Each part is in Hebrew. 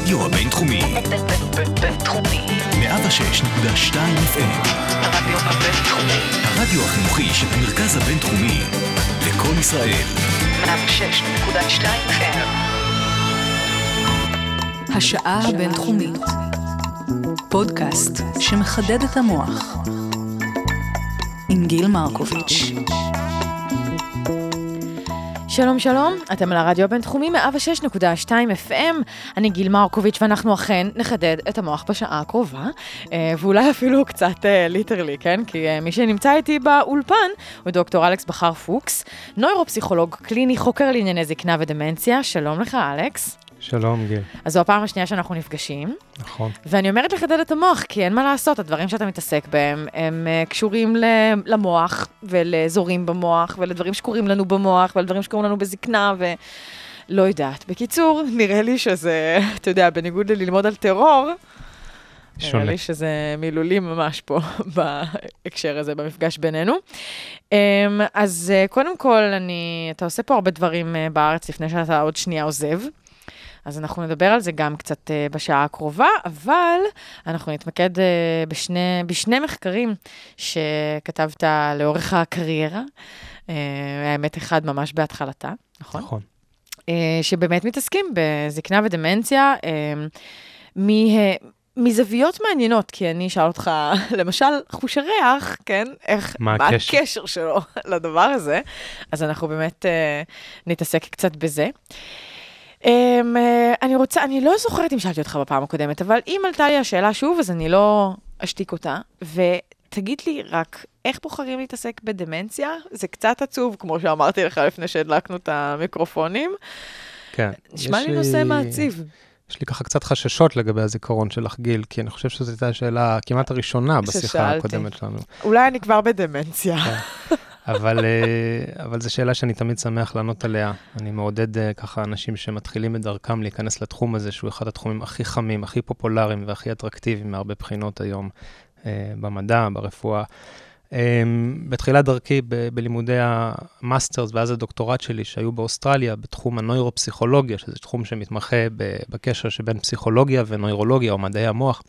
הרדיו הבינתחומי. בינתחומי. 106.2 FM. הרדיו הבינתחומי. הרדיו החינוכי של המרכז הבינתחומי. לקול ישראל. 106.2 FM. השעה הבינתחומית. פודקאסט שמחדד את המוח. עם גיל מרקוביץ'. שלום שלום, אתם על הרדיו הבינתחומי 106.2 FM, אני גיל מרקוביץ' ואנחנו אכן נחדד את המוח בשעה הקרובה, ואולי אפילו קצת ליטרלי, כן? כי מי שנמצא איתי באולפן הוא דוקטור אלכס בחר פוקס, נוירופסיכולוג קליני, חוקר לענייני זקנה ודמנציה. שלום לך אלכס. שלום גיל. אז זו הפעם השנייה שאנחנו נפגשים. נכון. ואני אומרת לחדד את המוח, כי אין מה לעשות, הדברים שאתה מתעסק בהם, הם קשורים למוח, ולאזורים במוח, ולדברים שקורים לנו במוח, ולדברים שקורים לנו בזקנה, ולא יודעת. בקיצור, נראה לי שזה, אתה יודע, בניגוד ללמוד על טרור, נראה לי שזה מילולים ממש פה, בהקשר הזה, במפגש בינינו. אז קודם כל, אתה עושה פה הרבה דברים בארץ, לפני שאתה עוד שנייה עוזב. אז אנחנו נדבר על זה גם קצת בשעה הקרובה, אבל אנחנו נתמקד בשני מחקרים שכתבת לאורך הקריירה, האמת אחד ממש בהתחלתה, נכון? נכון. שבאמת מתעסקים בזקנה ודמנציה, מזוויות מעניינות, כי אני אשאל אותך, למשל, חוש הריח, כן? מה הקשר שלו לדבר הזה? אז אנחנו באמת נתעסק קצת בזה. אני לא זוכרת אם שאלתי אותך בפעם הקודמת, אבל אם עלתה לי השאלה שוב, אז אני לא אשתיק אותה, ותגיד לי רק, איך בוחרים להתעסק בדמנציה? זה קצת עצוב, כמו שאמרתי לך לפני שהדלקנו את המיקרופונים. כן. נשמע לי נושא מעציב. יש לי ככה קצת חששות לגבי הזיכרון שלך, גיל, כי אני חושב שזו הייתה השאלה כמעט הראשונה בשיחה הקודמת שלנו. אולי אני כבר בדמנציה. אבל זו שאלה שאני תמיד שמח לענות עליה. אני מעודד ככה אנשים שמתחילים את דרכם להיכנס לתחום הזה, שהוא אחד התחומים הכי חמים, הכי פופולריים והכי אטרקטיביים מהרבה בחינות היום במדע, ברפואה. בתחילת דרכי בלימודי המאסטרס ואז הדוקטורט שלי שהיו באוסטרליה בתחום הנוירופסיכולוגיה, שזה תחום שמתמחה בקשר שבין פסיכולוגיה ונוירולוגיה או מדעי המוח.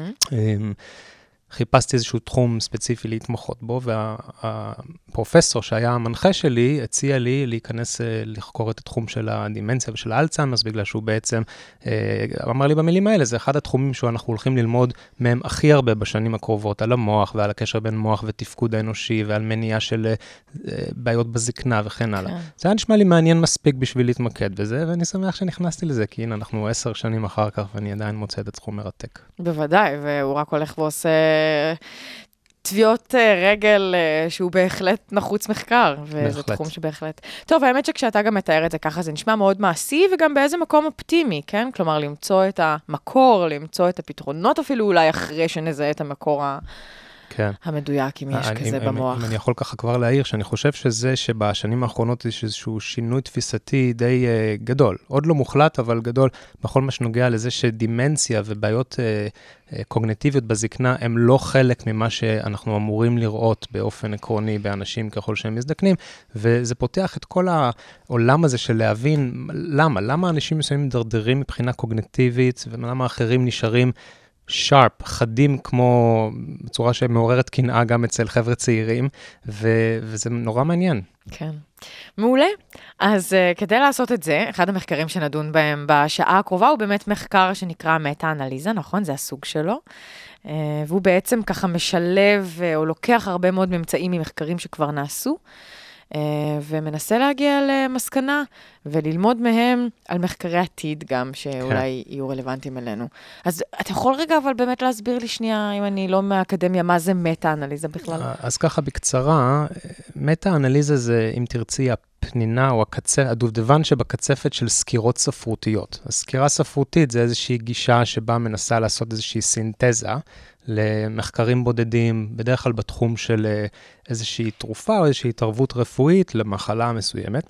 חיפשתי איזשהו תחום ספציפי להתמחות בו, והפרופסור שהיה המנחה שלי, הציע לי להיכנס לחקור את התחום של הדימנציה ושל האלצהיימרס, בגלל שהוא בעצם, אמר לי במילים האלה, זה אחד התחומים שאנחנו הולכים ללמוד מהם הכי הרבה בשנים הקרובות, על המוח ועל הקשר בין מוח ותפקוד האנושי, ועל מניעה של בעיות בזקנה וכן הלאה. זה היה נשמע לי מעניין מספיק בשביל להתמקד בזה, ואני שמח שנכנסתי לזה, כי הנה אנחנו 10 שנים אחר כך, ואני עדיין מוצא את התחום מרתק. בוודאי, והוא רק הולך ועושה תביעות רגל שהוא בהחלט נחוץ מחקר, וזה תחום שבהחלט. טוב, האמת שכשאתה גם מתאר את זה ככה, זה נשמע מאוד מעשי, וגם באיזה מקום אופטימי, כן? כלומר, למצוא את המקור, למצוא את הפתרונות אפילו אולי אחרי שנזהה את המקור המדויק, אם יש כזה במוח. אם אני יכול ככה כבר להעיר, שאני חושב שזה שבשנים האחרונות יש איזשהו שינוי תפיסתי די גדול. עוד לא מוחלט, אבל גדול, בכל מה שנוגע לזה שדימנציה ובעיות קוגניטיביות בזקנה, הם לא חלק ממה שאנחנו אמורים לראות באופן עקרוני באנשים ככל שהם מזדקנים, וזה פותח את כל העולם הזה של להבין למה אנשים מסוימים מדרדרים מבחינה קוגניטיבית, ולמה אחרים נשארים שרפ, חדים כמו בצורה שמעוררת קנאה גם אצל חבר'ה צעירים, וזה נורא מעניין. כן. מעולה. אז כדי לעשות את זה, אחד המחקרים שנדון בהם בשעה הקרובה, הוא באמת מחקר שנקרא מטה-אנליזה, נכון? זה הסוג שלו. והוא בעצם ככה משלב, או לוקח הרבה מאוד ממצאים ממחקרים שכבר נעשו, ומנסה להגיע למסקנה, וללמוד מהם על מחקרי עתיד גם, שאולי יהיו רלוונטיים אלינו. אז אתה יכול רגע, אבל באמת להסביר לי שנייה, אם אני לא מהאקדמיה, מה זה מטה-אנליזה בכלל? אז ככה בקצרה, מטה-אנליזה זה, אם תרצי, הפנינה או הדובדבן שבקצפת של סקירות ספרותיות. הסקירה ספרותית זה איזושהי גישה שבה מנסה לעשות איזושהי סינתזה, למחקרים בודדים, בדרך כלל בתחום של איזושהי תרופה או איזושהי התערבות רפואית למחלה מסוימת.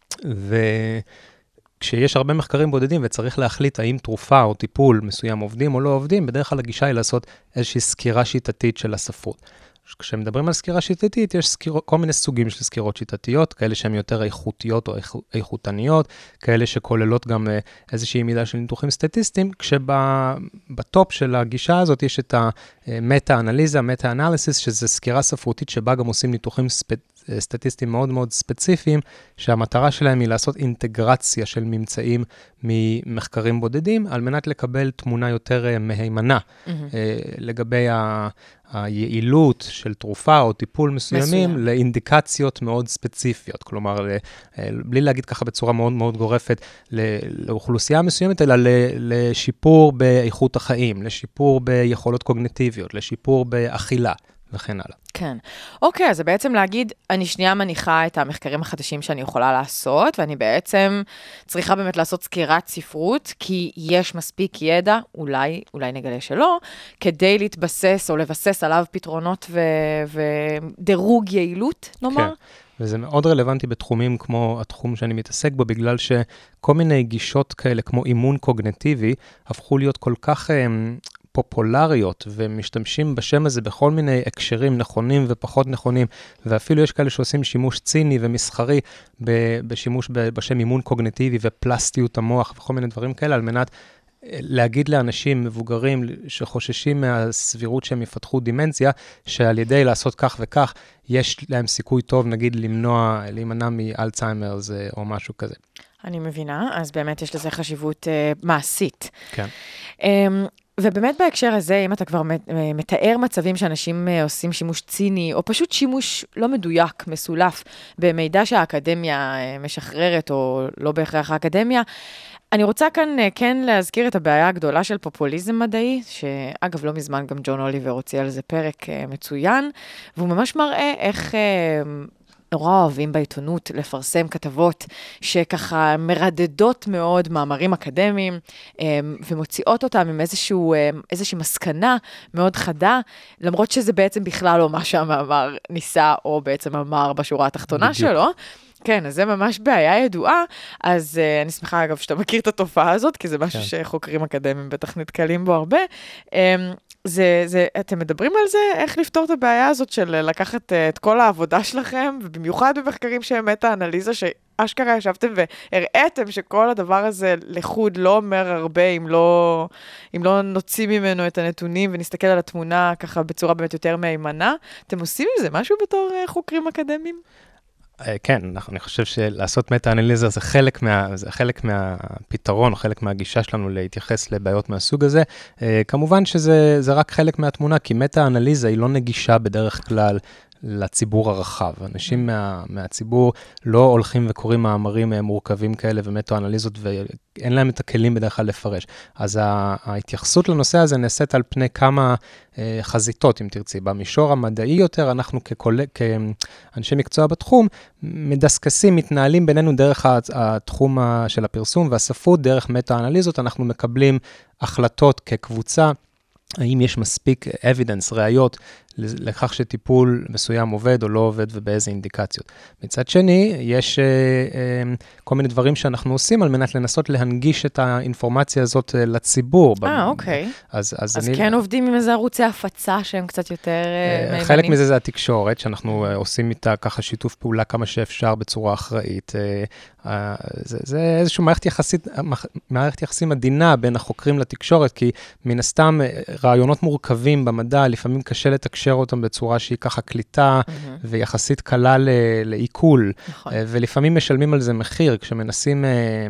וכשיש הרבה מחקרים בודדים וצריך להחליט האם תרופה או טיפול מסוים עובדים או לא עובדים, בדרך כלל הגישה היא לעשות איזושהי סקירה שיטתית של הספרות. כשמדברים על סקירה שיטתית, יש כל מיני סוגים של סקירות שיטתיות, כאלה שהן יותר איכותיות או איכותניות, כאלה שכוללות גם איזושהי מידה של ניתוחים סטטיסטיים, כשבטופ של הגישה הזאת יש את המטה-אנליזה, מטה-אנליסיס, שזה סקירה ספרותית שבה גם עושים ניתוחים סטטיסטיים מאוד מאוד ספציפיים, שהמטרה שלהם היא לעשות אינטגרציה של ממצאים ממחקרים בודדים, על מנת לקבל תמונה יותר מהימנה לגבי היעילות של תרופה או טיפול מסוימים לאינדיקציות מאוד ספציפיות. כלומר, בלי להגיד ככה בצורה מאוד מאוד גורפת לאוכלוסייה מסוימת, אלא לשיפור באיכות החיים, לשיפור ביכולות קוגניטיביות, לשיפור באכילה וכן הלאה. כן. אוקיי, אז זה בעצם להגיד, אני שנייה מניחה את המחקרים החדשים שאני יכולה לעשות, ואני בעצם צריכה באמת לעשות סקירת ספרות, כי יש מספיק ידע, אולי נגלה שלא, כדי להתבסס או לבסס עליו פתרונות ודירוג יעילות, נאמר. כן. וזה מאוד רלוונטי בתחומים כמו התחום שאני מתעסק בו, בגלל שכל מיני גישות כאלה, כמו אימון קוגניטיבי, הפכו להיות כל כך פופולריות, ומשתמשים בשם הזה בכל מיני הקשרים נכונים ופחות נכונים, ואפילו יש כאלה שעושים שימוש ציני ומסחרי בשימוש בשם אימון קוגניטיבי ופלסטיות המוח וכל מיני דברים כאלה, על מנת להגיד לאנשים מבוגרים שחוששים מהסבירות שהם יפתחו דימנציה, שעל ידי לעשות כך וכך, יש להם סיכוי טוב, נגיד, להימנע מאלצהיימרס או משהו כזה. אני מבינה, אז באמת יש לזה חשיבות מעשית. כן. ובאמת בהקשר הזה, אם אתה כבר מתאר מצבים שאנשים עושים שימוש ציני, או פשוט שימוש לא מדויק, מסולף, במידע שהאקדמיה משחררת, או לא בהכרח האקדמיה, אני רוצה כאן כן להזכיר את הבעיה הגדולה של פופוליזם מדעי, שאגב לא מזמן גם ג'ון אוליבר הוציא על זה פרק מצוין, והוא ממש מראה איך נורא אוהבים בעיתונות לפרסם כתבות שככה מרדדות מאוד מאמרים אקדמיים, ומוציאות אותם עם איזושהי מסקנה מאוד חדה, למרות שזה בעצם בכלל לא מה שהמאמר ניסה, או בעצם אמר בשורה התחתונה שלו. כן, אז זה ממש בעיה ידועה, אז אני שמחה אגב שאתה מכיר את התופעה הזאת, כי זה משהו שחוקרים אקדמיים בטח נתקלים בו הרבה. אתם מדברים על זה, איך לפתור את הבעיה הזאת של לקחת את כל העבודה שלכם, ובמיוחד במחקרים שהם מטה-אנליזה, שאשכרה ישבתם והראיתם שכל הדבר הזה לחוד לא אומר הרבה, אם לא נוציא ממנו את הנתונים ונסתכל על התמונה ככה בצורה באמת יותר מהימנה. אתם עושים עם זה משהו בתור חוקרים אקדמיים? כן, אני חושב שלעשות מטה-אנליזה זה חלק מהפתרון, או חלק מהגישה שלנו להתייחס לבעיות מהסוג הזה. כמובן שזה רק חלק מהתמונה, כי מטה-אנליזה היא לא נגישה בדרך כלל לציבור הרחב. אנשים מהציבור לא הולכים וקוראים מאמרים מורכבים כאלה ומטה-אנליזות, ואין להם את הכלים בדרך כלל לפרש. אז ההתייחסות לנושא הזה נעשית על פני כמה חזיתות, אם תרצי. במישור המדעי יותר, אנחנו כאנשי מקצוע בתחום, מדסקסים, מתנהלים בינינו דרך התחום של הפרסום והספרות, דרך מטה-אנליזות, אנחנו מקבלים החלטות כקבוצה, האם יש מספיק evidence, ראיות, לכך שטיפול מסוים עובד או לא עובד ובאיזה אינדיקציות. מצד שני, יש כל מיני דברים שאנחנו עושים על מנת לנסות להנגיש את האינפורמציה הזאת לציבור. אוקיי. אז כן עובדים עם איזה ערוצי הפצה שהם קצת יותר מהימנים? חלק מזה זה התקשורת, שאנחנו עושים איתה ככה שיתוף פעולה כמה שאפשר בצורה אחראית. זה איזושהי מערכת יחסים עדינה בין החוקרים לתקשורת, כי מן הסתם רעיונות מורכבים במדע, לפעמים קשה לתקשר אותם בצורה שהיא ככה קליטה, ויחסית קלה לעיכול, ולפעמים משלמים על זה מחיר, כשמנסים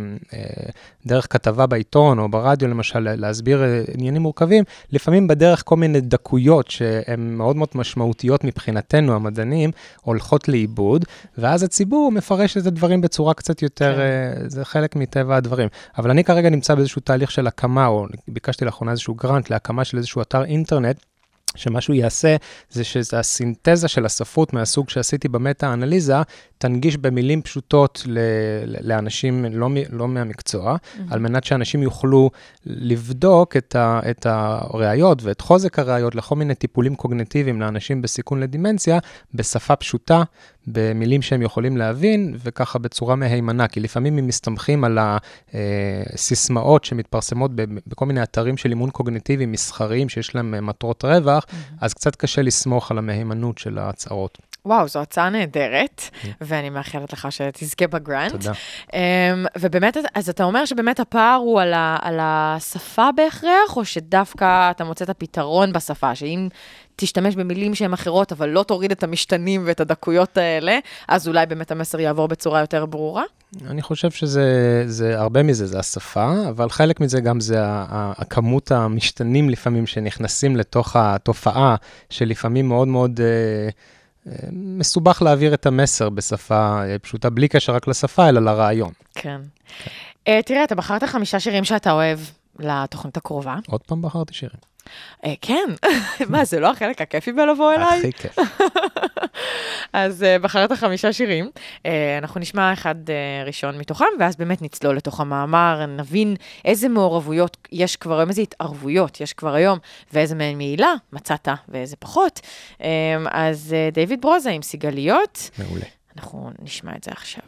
דרך כתבה בעיתון או ברדיו למשל, להסביר עניינים מורכבים, לפעמים בדרך כל מיני דקויות שהן מאוד מאוד משמעותיות מבחינתנו, המדענים, הולכות לאיבוד, ואז הציבור מפרש את הדברים בצורה קצת יותר, זה חלק מטבע הדברים. אבל אני כרגע נמצא באיזשהו תהליך של הקמה, או ביקשתי לאחרונה איזשהו גרנט להקמה של איזשהו אתר אינטרנט, שמשהו יעשה, זה שזה הסינתזה של הספרות מהסוג שעשיתי במטה-אנליזה, תנגיש במילים פשוטות לאנשים לא מהמקצוע, על מנת שאנשים יוכלו לבדוק את הראיות ואת חוזק הראיות לכל מיני טיפולים קוגניטיביים לאנשים בסיכון לדימנציה, בשפה פשוטה, במילים שהם יכולים להבין, וככה בצורה מהימנה, כי לפעמים הם מסתמכים על הסיסמאות שמתפרסמות בכל מיני אתרים של אימון קוגניטיבי מסחריים, שיש להם מטרות רווח, אז קצת קשה לסמוך על המהימנות של ההצהרות. וואו, זו הצעה נהדרת, ואני מאחלת לך שתזכה בגרנט. תודה. ובאמת, אז אתה אומר שבאמת הפער הוא על השפה בהכרח, או שדווקא אתה מוצא את הפתרון בשפה, שאם תשתמש במילים שהן אחרות, אבל לא תוריד את המשתנים ואת הדקויות האלה, אז אולי באמת המסר יעבור בצורה יותר ברורה? אני חושב שזה הרבה מזה, זה השפה, אבל חלק מזה גם זה הכמות המשתנים לפעמים שנכנסים לתוך התופעה, שלפעמים מאוד מאוד מסובך להעביר את המסר בשפה פשוטה, בלי קשר רק לשפה, אלא לרעיון. כן. תראה, אתה בחרת 5 שירים שאתה אוהב לתוכנית הקרובה. עוד פעם בחרתי שירים. כן. מה, זה לא החלק הכיפי בלבוא אליי? הכי כיף. אז בחרת 5 שירים. אנחנו נשמע אחד ראשון מתוכם, ואז באמת נצלול לתוך המאמר, נבין איזה מעורבויות יש כבר היום, איזה התערבויות יש כבר היום, ואיזה מהן מעילה מצאת ואיזה פחות. אז דיוויד ברוזה עם סיגליות. מעולה. אנחנו נשמע את זה עכשיו.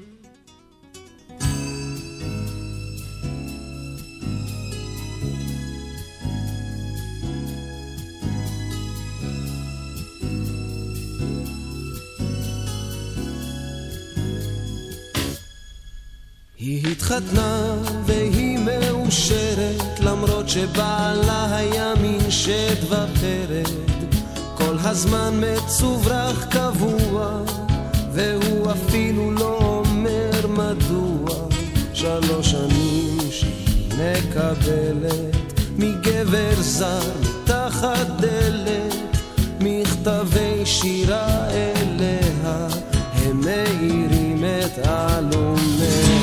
היא התחתנה והיא מאושרת, למרות שבעלה היה מין שד ופרד, כל הזמן מצוברח קבוע, והוא אפילו לא אומר מדוע. 3 שנים שהיא מקבלת מגבר זר מתחת דלת, מכתבי שירה אליה, הם מאירים את עלומיה.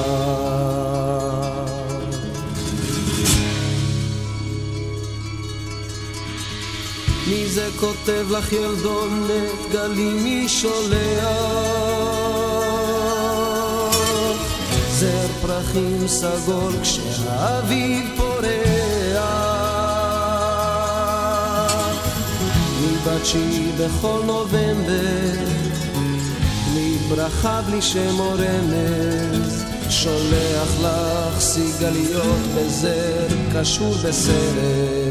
מי זה כותב לך ילדונת, גלים מי שולח, זר פרחים סגול כשהאביב פורח, מבת שהיא בכל נובמבר, בלי ברכה בלי שם או רמז, שולח לך סיגליות בזר קשור בסרט.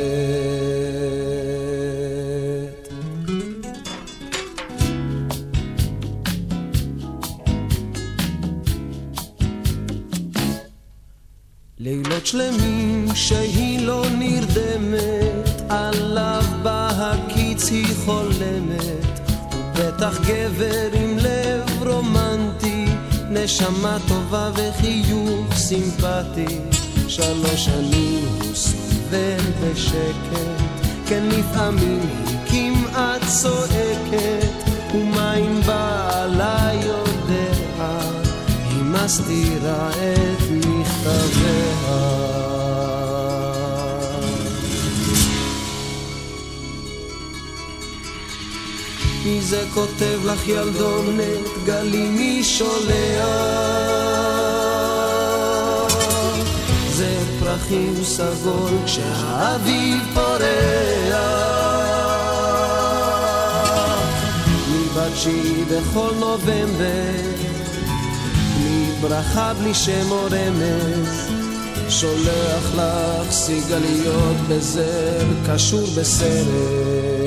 לילות שלמים שהיא לא נרדמת, עליו בהקיץ היא חולמת, בטח גבר עם לב רומנטי, נשמה טובה וחיוך סימפטי. 3 שנים הוא סובל בשקט, כן לפעמים היא כמעט צועקת, ומה אם בעלה יודע, היא מסתירה את מכתביה. מי זה כותב לך ילדונת, גלים מי שולח, זה פרחים סגול כשהאביב פורח, מבת שהיא בכל נובמבר, בלי ברכה בלי שם או רמז, שולח לך סיגליות בזר קשור בסרט.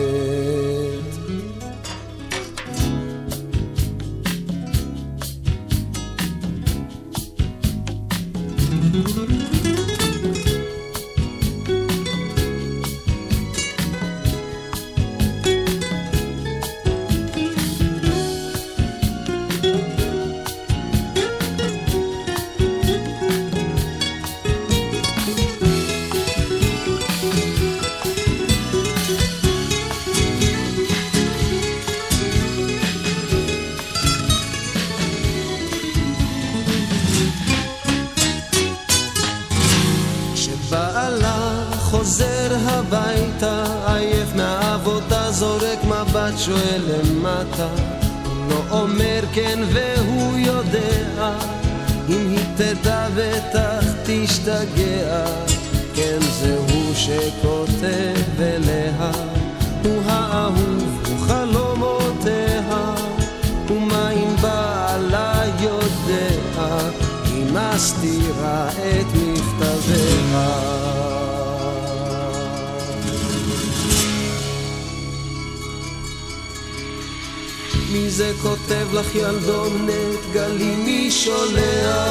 חוזר הביתה, עייף מהעבודה, זורק מבט, שואל למטה, הוא לא אומר כן והוא יודע, אם היא תדע בטח תשתגע, כן זה הוא שכותב אליה, הוא האהוב, הוא חלומותיה, מסתירה את מכתביה. מי זה כותב לך ילדונת גלי מי שולח?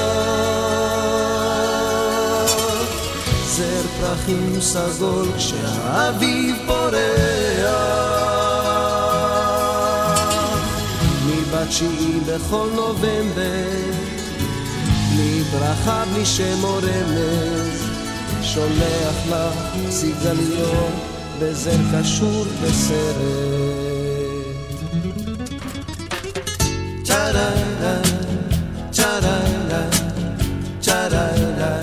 זר פרחים סגול כשהאביב פורח. ב9 בכל נובמבר בלי ברכה בלי שם או רמז שולח לך סיגליות בזר קשור בסרט. צ'רלה צ'רלה צ'רלה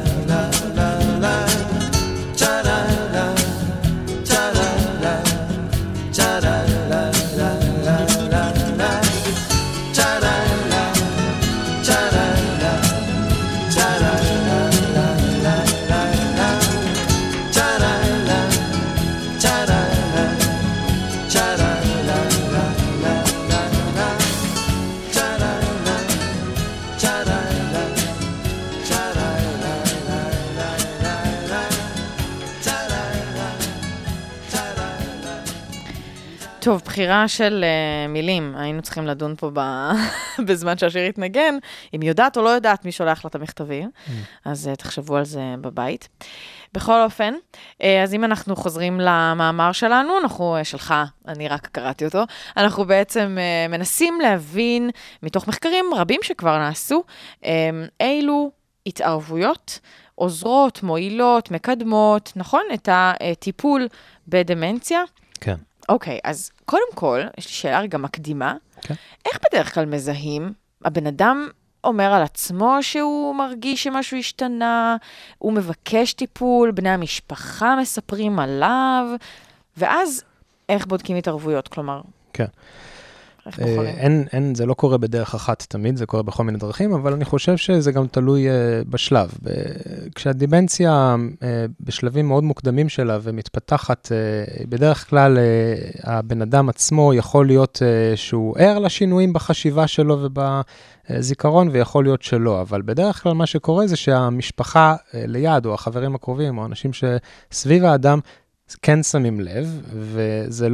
טוב, בחירה של מילים, היינו צריכים לדון פה בזמן שהשיר יתנגן, אם יודעת או לא יודעת מי שולח לה את המכתבים, אז תחשבו על זה בבית. בכל אופן, אז אם אנחנו חוזרים למאמר שלנו, שלך, אני רק קראתי אותו, אנחנו בעצם מנסים להבין, מתוך מחקרים רבים שכבר נעשו, אילו התערבויות עוזרות, מועילות, מקדמות, נכון? את הטיפול בדמנציה. כן. אוקיי, אז קודם כל, יש לי שאלה רגע מקדימה. כן. איך בדרך כלל מזהים? הבן אדם אומר על עצמו שהוא מרגיש שמשהו השתנה, הוא מבקש טיפול, בני המשפחה מספרים עליו, ואז איך בודקים התערבויות? כלומר, כן. איך בוחרים? זה לא קורה בדרך אחת תמיד, זה קורה בכל מיני דרכים, אבל אני חושב שזה גם תלוי בשלב. כשהדימנציה בשלבים מאוד מוקדמים שלה ומתפתחת, בדרך כלל הבן אדם עצמו יכול להיות שהוא ער לשינויים בחשיבה שלו ובזיכרון, ויכול להיות שלא, אבל בדרך כלל מה שקורה זה שהמשפחה ליד, או החברים הקרובים, או אנשים שסביב האדם, כן שמים לב, וזה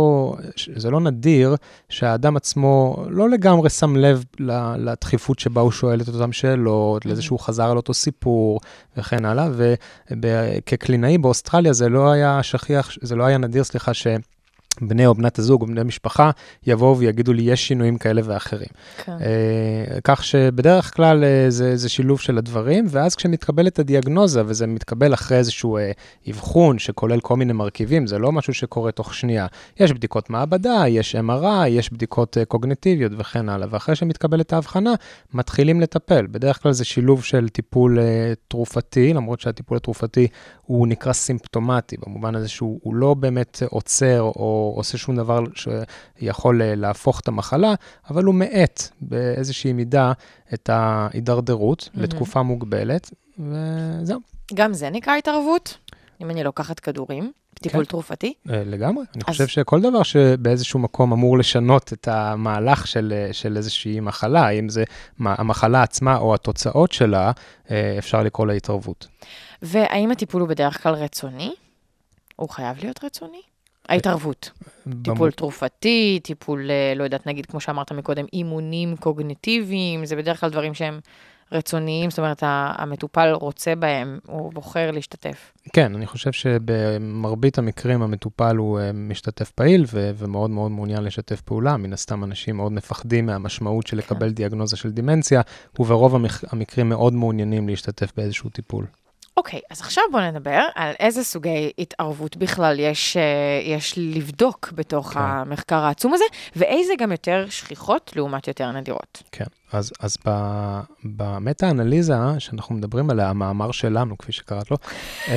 לא נדיר שהאדם עצמו לא לגמרי שם לב לדחיפות שבה הוא שואל את אותם שאלות, לזה שהוא חזר על אותו סיפור וכן הלאה, וכקלינאי באוסטרליה זה לא היה שכיח, זה לא היה נדיר, בני או בנת הזוג או בני משפחה יבואו ויגידו לי יש שינויים כאלה ואחרים. כן. כך שבדרך כלל זה שילוב של הדברים, ואז כשמתקבלת הדיאגנוזה, וזה מתקבל אחרי איזשהו אבחון שכולל כל מיני מרכיבים, זה לא משהו שקורה תוך שנייה. יש בדיקות מעבדה, יש MRI, יש בדיקות קוגניטיביות וכן הלאה, ואחרי שמתקבלת ההבחנה, מתחילים לטפל. בדרך כלל זה שילוב של טיפול תרופתי, למרות שהטיפול התרופתי הוא נקרא סימפטומטי, במובן הזה שהוא לא באמת עוצר או עושה שום דבר שיכול להפוך את המחלה, אבל הוא מעט באיזושהי מידה את ההידרדרות לתקופה מוגבלת, וזהו. גם זה נקרא התערבות? אם אני לוקחת כדורים, טיפול תרופתי? לגמרי. אני חושב שכל דבר שבאיזשהו מקום אמור לשנות את המהלך של איזושהי מחלה, אם זה המחלה עצמה או התוצאות שלה, אפשר לקרוא לה התערבות. והאם הטיפול הוא בדרך כלל רצוני? הוא חייב להיות רצוני? ההתערבות. טיפול תרופתי, טיפול, לא יודעת, נגיד, כמו שאמרת מקודם, אימונים קוגניטיביים, זה בדרך כלל דברים שהם רצוניים, זאת אומרת, המטופל רוצה בהם, הוא בוחר להשתתף. כן, אני חושב שבמרבית המקרים המטופל הוא משתתף פעיל, ומאוד מאוד מעוניין לשתף פעולה, מן הסתם אנשים מאוד מפחדים מהמשמעות של לקבל דיאגנוזה של דימנציה, וברוב המקרים מאוד מעוניינים להשתתף באיזשהו טיפול. אוקיי, אז עכשיו בוא נדבר על איזה סוגי התערבות בכלל יש לבדוק בתוך המחקר העצום הזה, ואיזה גם יותר שכיחות לעומת יותר נדירות. כן, אז במטה-אנליזה שאנחנו מדברים עליה, המאמר שלנו, כפי שקראת לו,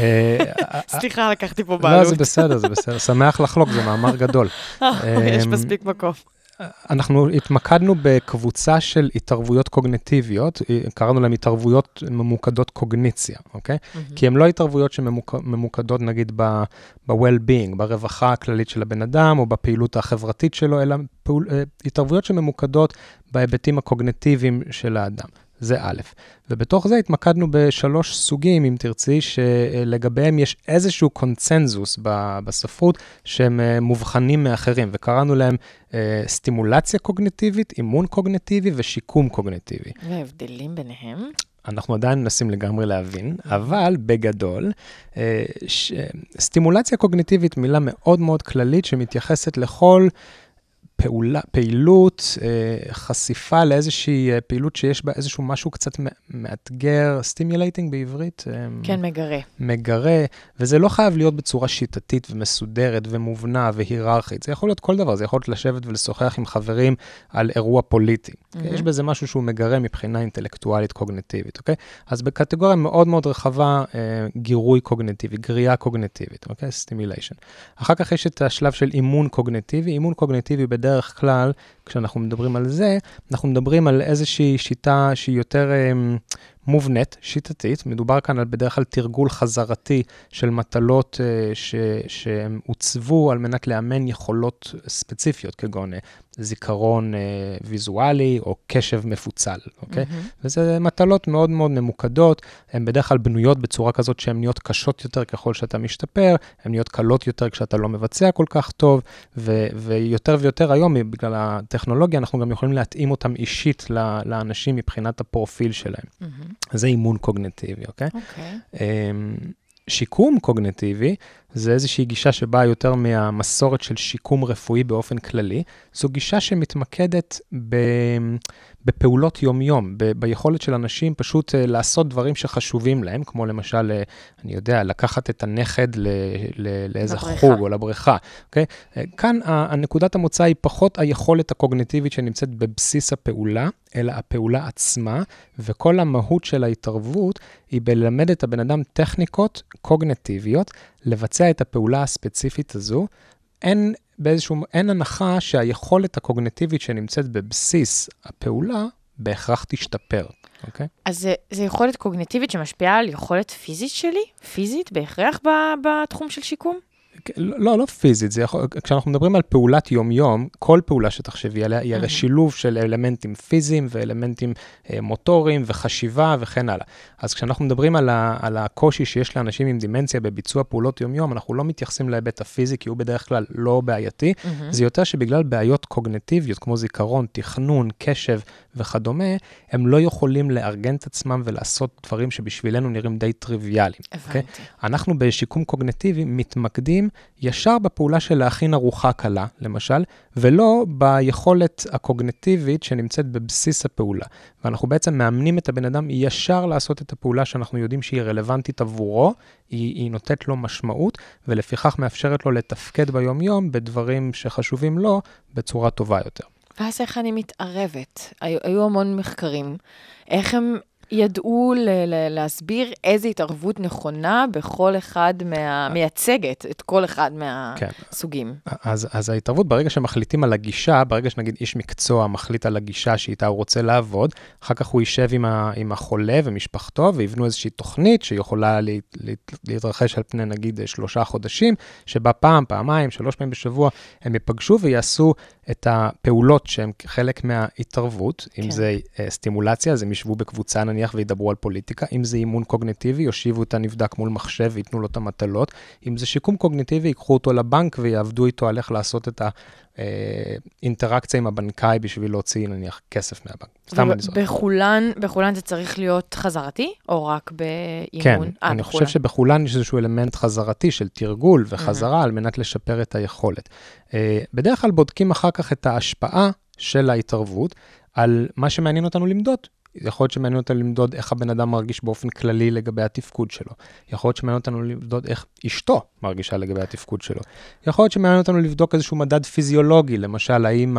סליחה, לקחתי פה בעלות. לא, זה בסדר, זה בסדר. שמח לחלוק, זה מאמר גדול. יש מספיק מקום. אנחנו התמקדנו בקבוצה של התערבויות קוגניטיביות, קראנו להם התערבויות ממוקדות קוגניציה, אוקיי? כי הן לא התערבויות שממוקדות נגיד ב-well-being, ברווחה הכללית של הבן אדם, או בפעילות החברתית שלו, אלא התערבויות שממוקדות בהיבטים הקוגניטיביים של האדם. זה א', ובתוך זה התמקדנו בשלוש סוגים, אם תרצי, שלגביהם יש איזשהו קונצנזוס בספרות, שהם מובחנים מאחרים, וקראנו להם סטימולציה קוגניטיבית, אימון קוגניטיבי ושיקום קוגניטיבי. וההבדלים ביניהם? אנחנו עדיין מנסים לגמרי להבין, אבל בגדול, סטימולציה קוגניטיבית, מילה מאוד מאוד כללית, שמתייחסת לכל פעילות, חשיפה לאיזושהי פעילות שיש בה איזשהו משהו קצת מאתגר, stimulating בעברית. כן, מגרה. מגרה, וזה לא חייב להיות בצורה שיטתית ומסודרת ומובנה והיררכית. זה יכול להיות כל דבר, זה יכול להיות לשבת ולשוחח עם חברים על אירוע פוליטי. יש בזה משהו שהוא מגרה מבחינה אינטלקטואלית קוגניטיבית, אוקיי? אז בקטגוריה מאוד מאוד רחבה, גירוי קוגניטיבי, גריעה קוגניטיבית, אוקיי? stimulation. אחר כך יש את השלב של אימון קוגניטיבי. אימון קוגניטיבי בדרך כלל, כשאנחנו מדברים על זה, אנחנו מדברים על איזושהי שיטה שהיא יותר מובנית, שיטתית. מדובר כאן על בדרך כלל תרגול חזרתי של מטלות שהם הוצבו על מנת לאמן יכולות ספציפיות, כגון זיכרון ויזואלי או קשב מפוצל, אוקיי? וזה מטלות מאוד מאוד ממוקדות, הן בדרך כלל בנויות בצורה כזאת שהן נהיות קשות יותר ככל שאתה משתפר, הן נהיות קלות יותר כשאתה לא מבצע כל כך טוב, ויותר ויותר היום, בגלל הטכנולוגיה, אנחנו גם יכולים להתאים אותם אישית לאנשים מבחינת הפרופיל שלהם. זה אימון קוגניטיבי, אוקיי? שיקום קוגניטיבי, זה איזושהי גישה שבאה יותר מהמסורת של שיקום רפואי באופן כללי. זו גישה שמתמקדת בפעולות יום-יום, ביכולת של אנשים פשוט לעשות דברים שחשובים להם, כמו למשל, אני יודע, לקחת את הנכד לאיזה חוג או לבריכה. אוקיי? כאן הנקודת המוצא היא פחות היכולת הקוגניטיבית שנמצאת בבסיס הפעולה, אלא הפעולה עצמה, וכל המהות של ההתערבות היא בלמד את הבן אדם טכניקות קוגניטיביות, לבצע את הפעולה הספציפית הזו. אין הנחה שהיכולת הקוגניטיבית שנמצאת בבסיס הפעולה, בהכרח תשתפר, אוקיי? אז זה יכולת קוגניטיבית שמשפיעה על יכולת פיזית שלי? פיזית בהכרח בתחום של שיקום? לא פיזית, כשאנחנו מדברים על פעולת יום-יום, כל פעולה שתחשבי עליה, היא הרי שילוב של אלמנטים פיזיים ואלמנטים מוטוריים וחשיבה וכן הלאה. אז כשאנחנו מדברים על הקושי שיש לאנשים עם דימנציה בביצוע פעולות יום-יום, אנחנו לא מתייחסים להיבט הפיזי, כי הוא בדרך כלל לא בעייתי, זה יותר שבגלל בעיות קוגניטיביות, כמו זיכרון, תכנון, קשב וכדומה, הם לא יכולים לארגן את עצמם ולעשות דברים שבשבילנו נראים די טריוויאליים. אנחנו בשיקום קוגניטיבי מתמקדים ישר בפעולה של להכין ארוחה קלה, למשל, ולא ביכולת הקוגניטיבית שנמצאת בבסיס הפעולה. ואנחנו בעצם מאמנים את הבן אדם ישר לעשות את הפעולה שאנחנו יודעים שהיא רלוונטית עבורו, היא נותנת לו משמעות, ולפיכך מאפשרת לו לתפקד ביום-יום בדברים שחשובים לו בצורה טובה יותר. ואז איך אני מתערבת? היו המון מחקרים. איך הם ידעו להסביר איזו התערבות נכונה בכל אחד מייצגת את כל אחד מהסוגים. אז ההתערבות, ברגע שמחליטים על הגישה, ברגע שנגיד איש מקצוע מחליט על הגישה שאיתה הוא רוצה לעבוד, אחר כך הוא יישב עם החולה ומשפחתו, ויבנו איזושהי תוכנית שיכולה להתרחש על פני נגיד 3 חודשים, שבה פעם, פעמיים, 3 פעמים בשבוע, הם ייפגשו ויעשו את הפעולות שהן חלק מההתערבות, אם זה סטימולציה, אז הם ישבו בקבוצה נניח וידברו על פוליטיקה, אם זה אימון קוגניטיבי, יושיבו את הנבדק מול מחשב ויתנו לו את המטלות, אם זה שיקום קוגניטיבי, ייקחו אותו לבנק ויעבדו איתו על איך לעשות את האינטראקציה עם הבנקאי בשביל להוציא נניח כסף מהבנק. ובכולן זה צריך להיות חזרתי, או רק באימון? כן, אני חושב שבכולן יש איזשהו אלמנט חזרתי של תרגול וחזרה על מנת לשפר את היכולת. בדרך כלל בודקים אחר כך את ההשפעה של ההתערבות על מה שמעניין אותנו למדוד. יכול להיות שמעניין אותנו למדוד איך הבן אדם מרגיש באופן כללי לגבי התפקוד שלו. יכול להיות שמעניין אותנו למדוד איך אשתו מרגישה לגבי התפקוד שלו. יכול להיות שמעניין אותנו לבדוק איזשהו מדד פיזיולוגי, למשל, האם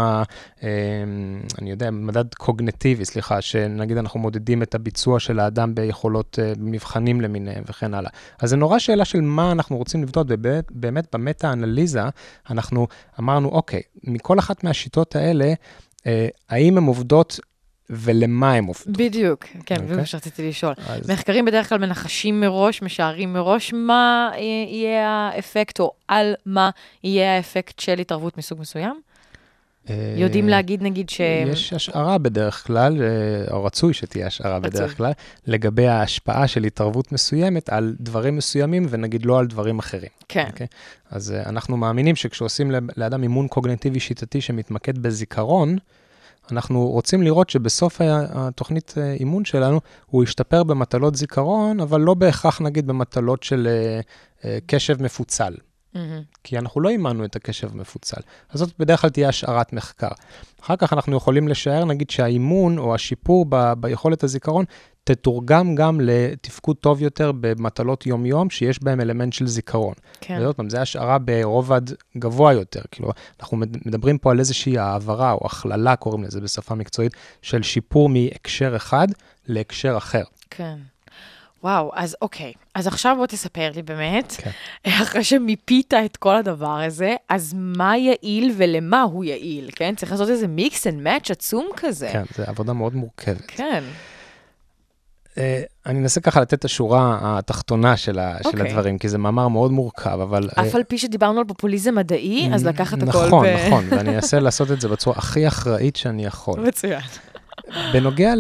אני יודע, מדד קוגניטיבי, שנגיד אנחנו מודדים את הביצוע של האדם ביכולות, במבחנים למיניהם וכן הלאה. אז זה נורא שאלה של מה אנחנו רוצים לבדוק, ובאמת במטה-אנליזה אנחנו אמרנו, אוקיי, מכל אחת מהשיטות האלה, האם הן עובדות ולמה הם עובדות. בדיוק, כן, בדיוק שרציתי לשאול. מחקרים בדרך כלל מנחשים מראש, משערים מראש, מה יהיה האפקט, או על מה יהיה האפקט של התערבות מסוג מסוים? יודעים להגיד נגיד יש השערה בדרך כלל, או רצוי שתהיה השערה בדרך כלל, לגבי ההשפעה של התערבות מסוימת על דברים מסוימים, ונגיד לא על דברים אחרים. כן. אז אנחנו מאמינים שכשעושים לאדם אימון קוגניטיבי שיטתי שמתמקד בזיכרון, אנחנו רוצים לראות שבסוף התוכנית אימון שלנו, הוא ישתפר במטלות זיכרון, אבל לא בהכרח נגיד במטלות של קשב מפוצל. כי אנחנו לא אימנו את הקשב מפוצל. אז זאת בדרך כלל תהיה השערת מחקר. אחר כך אנחנו יכולים לשער, נגיד שהאימון או השיפור ביכולת הזיכרון, תתורגם גם לתפקוד טוב יותר במטלות יום-יום, שיש בהם אלמנט של זיכרון. כן. וזאת פעם, זה השערה ברובד גבוה יותר. כאילו, אנחנו מדברים פה על איזושהי העברה או הכללה, קוראים לזה בשפה מקצועית, של שיפור מהקשר אחד להקשר אחר. כן. וואו, אז אוקיי. אז עכשיו בוא תספר לי באמת, כן. אחרי שמיפית את כל הדבר הזה, אז מה יעיל ולמה הוא יעיל, כן? צריך לעשות איזה מיקס אנד מאץ' עצום כזה. כן, זו עבודה מאוד מורכבת. כן. אני אנסה ככה לתת את השורה התחתונה של הדברים, כי זה מאמר מאוד מורכב, אבל... אף על פי שדיברנו על פופוליזם מדעי, אז לקחת הכל נכון, נכון, ואני אנסה לעשות את זה בצורה הכי אחראית שאני יכול. מצוין. בנוגע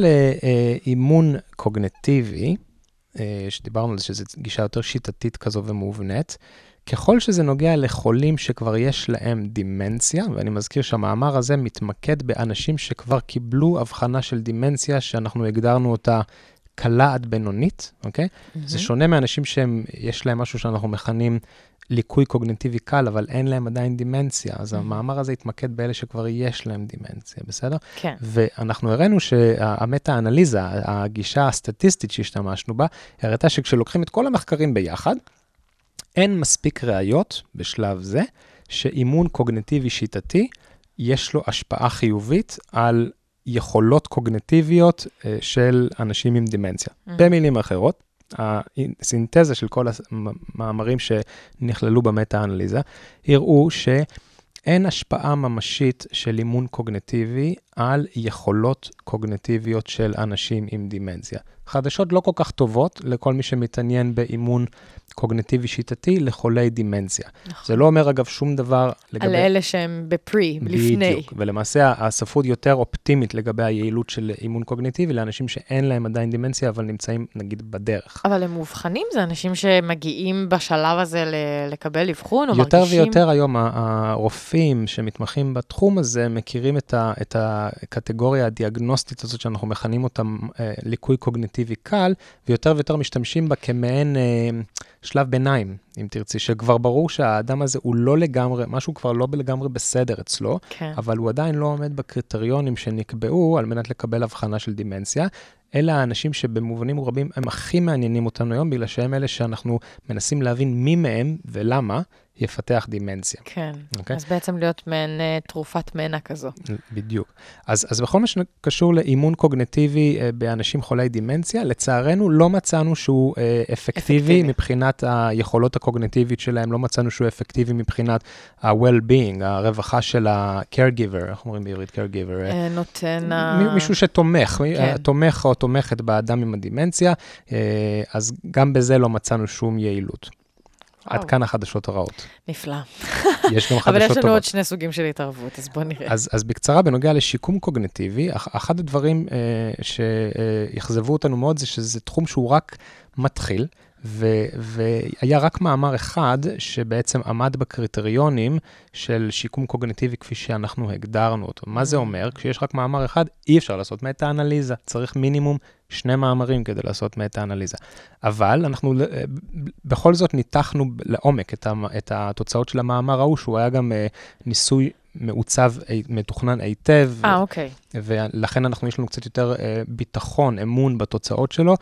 לאימון קוגניטיבי, שדיברנו על זה שזו גישה יותר שיטתית כזו ומובנית, ככל שזה נוגע לחולים שכבר יש להם דימנציה, ואני מזכיר שהמאמר הזה מתמקד באנשים שכבר קיבלו הבחנה של דימנציה, שאנחנו הגדרנו אותה קלה עד בינונית, אוקיי? זה שונה מאנשים שיש להם משהו שאנחנו מכנים ליקוי קוגניטיבי קל, אבל אין להם עדיין דימנציה. אז המאמר הזה התמקד באלה שכבר יש להם דימנציה, בסדר? כן. ואנחנו הראינו שהמטה-אנליזה, הגישה הסטטיסטית שהשתמשנו בה, הראתה שכשלוקחים את כל המחקרים ביחד, אין מספיק ראיות בשלב זה, שאימון קוגניטיבי שיטתי, יש לו השפעה חיובית על יכולות קוגניטיביות של אנשים עם דימנציה. במילים אחרות, הסינתזה של כל המאמרים שנכללו במטה-אנליזה, הראו שאין השפעה ממשית של אימון קוגניטיבי על יכולות קוגניטיביות של אנשים עם דימנציה. חדשות לא כל כך טובות לכל מי שמתעניין באימון קוגניטיבי שיטתי לחולי דימנציה. נכון. זה לא אומר אגב שום דבר לגבי... על אלה שהם בפרי, לפני. בדיוק, ולמעשה הספרות יותר אופטימית לגבי היעילות של אימון קוגניטיבי לאנשים שאין להם עדיין דימנציה, אבל נמצאים נגיד בדרך. אבל הם מובחנים, זה אנשים שמגיעים בשלב הזה לקבל אבחון או יותר מרגישים... יותר ויותר היום הרופאים שמתמחים בתחום הזה מכירים את הקטגוריה הדיאגנוסטית הזאת שאנחנו מכנים אותה ליקוי קוגניטיבי קל, ויותר ויותר משתמשים בה כמעין שלב ביניים, אם תרצי, שכבר ברור שהאדם הזה הוא לא לגמרי, משהו כבר לא לגמרי בסדר אצלו, כן. אבל הוא עדיין לא עומד בקריטריונים שנקבעו על מנת לקבל הבחנה של דימנציה, אלא האנשים שבמובנים רבים הם הכי מעניינים אותנו היום, בגלל שהם אלה שאנחנו מנסים להבין מי מהם ולמה יפתח דימנציה. כן, אוקיי? אז בעצם להיות מעין תרופת מנע כזו. בדיוק. אז בכל מה שקשור לאימון קוגניטיבי באנשים חולי דימנציה, לצערנו לא מצאנו שהוא אפקטיבי מבחינת היכולות הקוגניטיבית שלהם, לא מצאנו שהוא אפקטיבי מבחינת ה-well-being, הרווחה של ה-caregiver, איך אומרים בעברית caregiver? נותן... מישהו שתומך, תומך או תומכת באדם עם הדימנציה, אז גם בזה לא מצאנו שום יעילות. עד כאן החדשות הרעות. נפלא. יש גם חדשות טובות. אבל יש לנו עוד שני סוגים של התערבות, אז בוא נראה. אז בקצרה, בנוגע לשיקום קוגניטיבי, אחד הדברים שיחזבו אותנו מאוד זה שזה תחום שהוא רק מתחיל, והיה רק מאמר אחד שבעצם עמד בקריטריונים של שיקום קוגניטיבי כפי שאנחנו הגדרנו אותו. מה זה אומר? כשיש רק מאמר אחד, אי אפשר לעשות מטה-אנליזה. צריך מינימום 2 מאמרים כדי לעשות מטה-אנליזה. אבל אנחנו בכל זאת ניתחנו לעומק את התוצאות של המאמר ההוא, שהוא היה גם ניסוי מעוצב, מתוכנן היטב. אוקיי. ולכן יש לנו קצת יותר ביטחון, אמון בתוצאות שלו.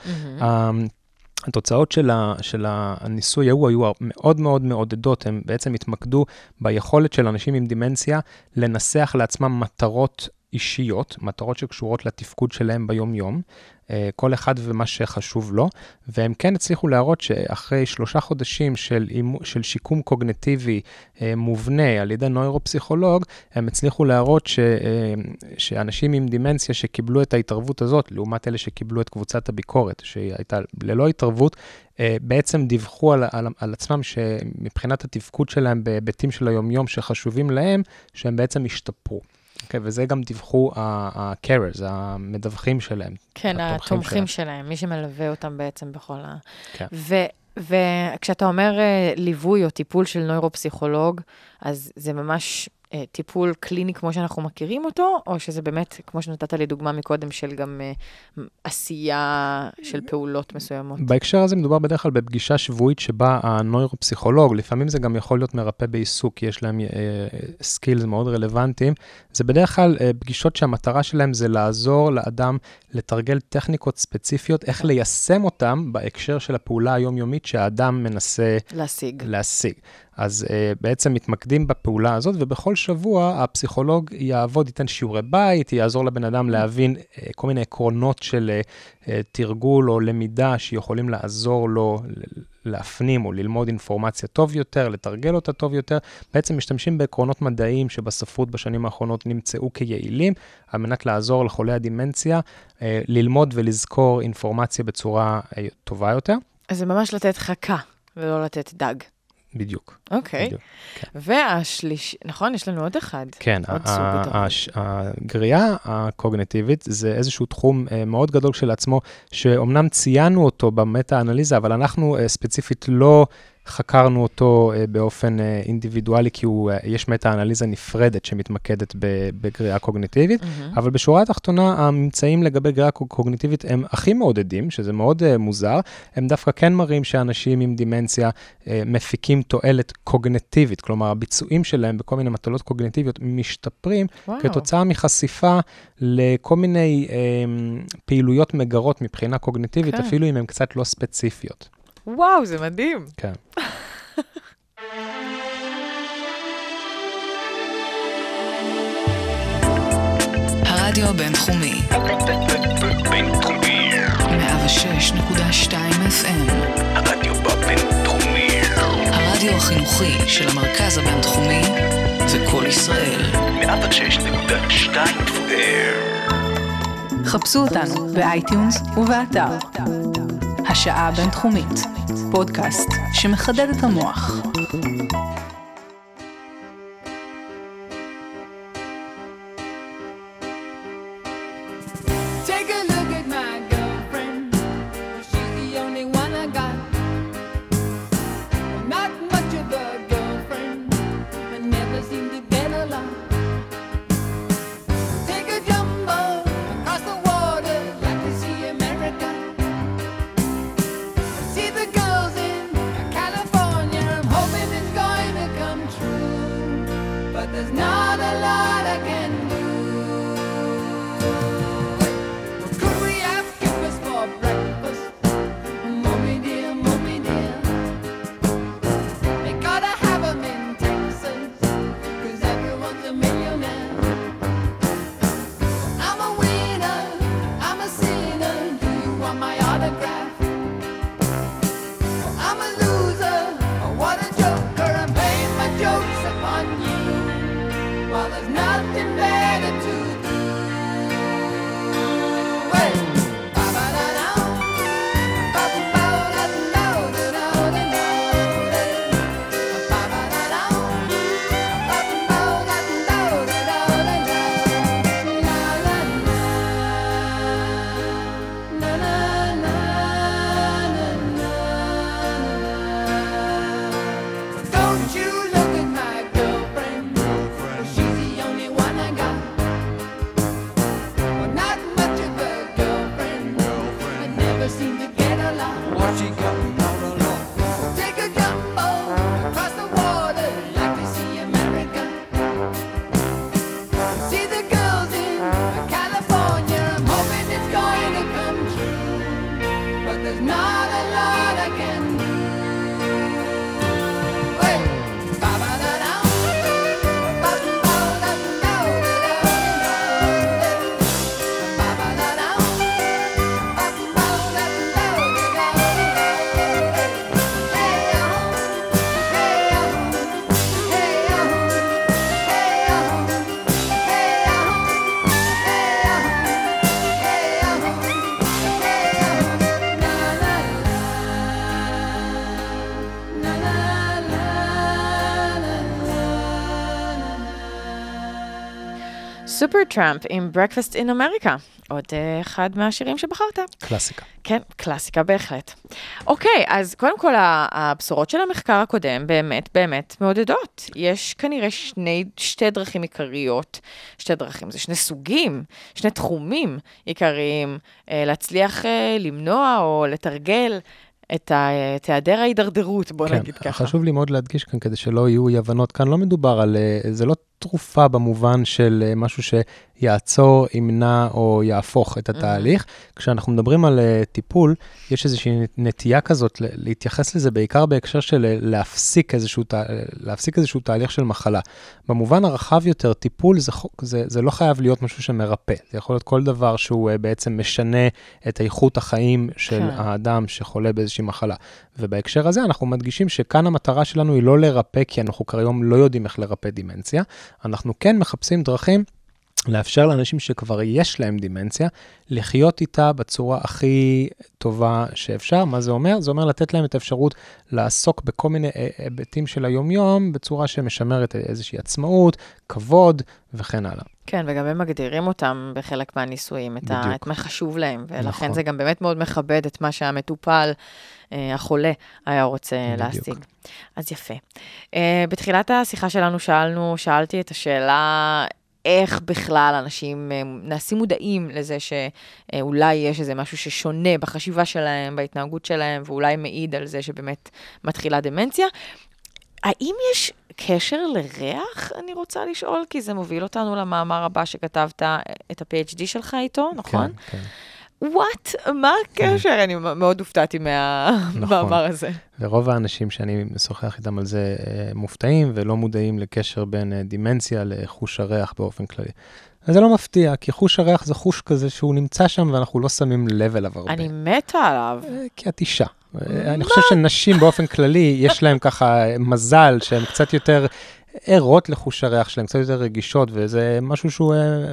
התוצאות של הניסוי היו מאוד מאוד מעודדות, הם בעצם התמקדו ביכולת של אנשים עם דימנציה לנסח לעצמם מטרות אישיות, מטרות שקשורות לתפקוד שלהם ביום-יום, כל אחד ומה שחשוב לו, והם כן הצליחו להראות שאחרי 3 חודשים של שיקום קוגניטיבי מובנה על ידי נוירופסיכולוג, הם הצליחו להראות שאנשים עם דימנציה שקיבלו את ההתערבות הזאת, לעומת אלה שקיבלו את קבוצת הביקורת, שהייתה ללא התערבות, בעצם דיווחו על עצמם שמבחינת התפקוד שלהם בהיבטים של היום-יום שחשובים להם, שהם בעצם השתפרו. כן, וזה גם דיווחו ה-carers, המדווחים שלהם. כן, התומכים שלהם, מי שמלווה אותם בעצם בכל כן. וכשאתה אומר ליווי או טיפול של נוירופסיכולוג, אז זה ממש טיפול קליני כמו שאנחנו מכירים אותו, או שזה באמת, כמו שנתת לי דוגמה מקודם, של גם עשייה של פעולות מסוימות? בהקשר הזה מדובר בדרך כלל בפגישה שבועית שבה הנוירופסיכולוג, לפעמים זה גם יכול להיות מרפא בעיסוק, כי יש להם סקילס מאוד רלוונטיים, זה בדרך כלל פגישות שהמטרה שלהם זה לעזור לאדם לתרגל טכניקות ספציפיות, איך ליישם אותם בהקשר של הפעולה היומיומית שהאדם מנסה להשיג. אז בעצם מתמקדים בפעולה הזאת, ובכל שבוע הפסיכולוג יעבוד, ייתן שיעורי בית, יעזור לבן אדם להבין כל מיני עקרונות של תרגול או למידה שיכולים לעזור לו להפנים או ללמוד אינפורמציה טוב יותר, לתרגל אותה טוב יותר. בעצם משתמשים בעקרונות מדעיים שבספרות בשנים האחרונות נמצאו כיעילים, על מנת לעזור לחולי הדימנציה, ללמוד ולזכור אינפורמציה בצורה טובה יותר. אז זה ממש לתת חכה ולא לתת דג. בדיוק. אוקיי. והשליש, נכון? יש לנו עוד אחד. כן, הגריעה הקוגניטיבית זה איזשהו תחום מאוד גדול של עצמו, שאומנם ציינו אותו במטה-אנליזה, אבל אנחנו ספציפית לא חקרנו אותו באופן אינדיבידואלי, כי יש מטה-אנליזה נפרדת שמתמקדת בגריעה קוגניטיבית, אבל בשורה התחתונה, הממצאים לגבי גריעה קוגניטיבית הם הכי מעודדים, שזה מאוד מוזר, הם דווקא כן מראים שאנשים עם דימנציה מפיקים תועלת קוגניטיבית, כלומר, הביצועים שלהם בכל מיני מטלות קוגניטיביות משתפרים, כתוצאה מחשיפה לכל מיני פעילויות מגרות מבחינה קוגניטיבית, אפילו אם הן קצת לא ספציפיות. וואו, זה מדהים. כן. הרדיו הבינתחומי. בינתחומי. 106.2 FM. הרדיו בבינתחומי. הרדיו החינוכי של המרכז הבינתחומי זה כל ישראל. 106.2 FM. חפשו אותנו באייטיונס ובאתר. השעה הבינתחומית, פודקאסט שמחדד את המוח. סופרטראמפ עם Breakfast in America. עוד אחד מהשירים שבחרת. קלאסיקה. כן, קלאסיקה בהחלט. אוקיי, אז קודם כל הבשורות של המחקר הקודם באמת מעודדות. יש כנראה שתי דרכים עיקריות. שתי דרכים, זה שני סוגים, שני תחומים עיקריים, להצליח למנוע או לתרגל את היעדר ההידרדרות, בוא נגיד ככה. חשוב לי מאוד להדגיש כאן, כדי שלא יהיו אי-הבנות. כאן לא מדובר על, זה לא תרופה במובן של משהו שיעצור, ימנע או יהפוך את התהליך. כשאנחנו מדברים על טיפול, יש איזושהי נטייה כזאת להתייחס לזה בעיקר בהקשר של להפסיק איזשהו תהליך של מחלה. במובן הרחב יותר, טיפול זה לא חייב להיות משהו שמרפא. זה יכול להיות כל דבר שהוא בעצם משנה את איכות החיים של האדם שחולה באיזושהי מחלה. ובהקשר הזה אנחנו מדגישים שכאן המטרה שלנו היא לא לרפא, כי אנחנו כיום לא יודעים איך לרפא דימנציה. אנחנו כן מחפשים דרכים לאפשר לאנשים שכבר יש להם דימנציה, לחיות איתה בצורה הכי טובה שאפשר. מה זה אומר? זה אומר לתת להם את האפשרות לעסוק בכל מיני היבטים של היום-יום, בצורה שמשמרת איזושהי עצמאות, כבוד וכן הלאה. כן, וגם הם מגדירים אותם בחלק מהניסויים, את מה חשוב להם, ולכן נכון. זה גם באמת מאוד מכבד את מה שהמטופל, החולה, היה רוצה להשיג. אז יפה. בתחילת השיחה שלנו שאלתי את השאלה, איך בכלל אנשים נעשים מודעים לזה שאולי יש איזה משהו ששונה בחשיבה שלהם, בהתנהגות שלהם, ואולי מעיד על זה שבאמת מתחילה דמנציה. האם יש קשר לריח? אני רוצה לשאול, כי זה מוביל אותנו למאמר הבא שכתבת את ה-PhD שלך איתו, נכון? כן, כן. What? מה הקשר? אני מאוד הופתעתי מהמאמר הזה. ורוב האנשים שאני משוחח איתם על זה מופתעים ולא מודעים לקשר בין דימנציה לחוש הריח באופן כללי. אז זה לא מפתיע, כי חוש הריח זה חוש כזה שהוא נמצא שם ואנחנו לא שמים לב אליו הרבה. אני מתה עליו. כי את אישה. אני חושב שנשים באופן כללי, יש להם ככה מזל שהם קצת יותר ערות לחוש הריח שלהם, קצת יותר רגישות, וזה משהו שהוא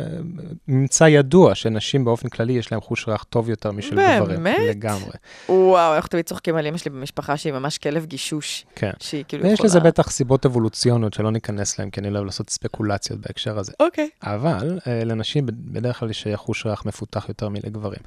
ממצא ידוע, שנשים באופן כללי יש להם חוש ריח טוב יותר משל גברים. באמת? לגמרי. וואו, אנחנו תמיד צוחקים על אמא שלי במשפחה שהיא ממש כלב גישוש. כן. שהיא כאילו יכולה... ויש לזה בטח סיבות אבולוציוניות שלא ניכנס להם, כי אני לא אוהב לעשות ספקולציות בהקשר הזה. אוקיי. אבל לנשים בדרך כלל יש חוש ריח מפותח יותר מלגברים.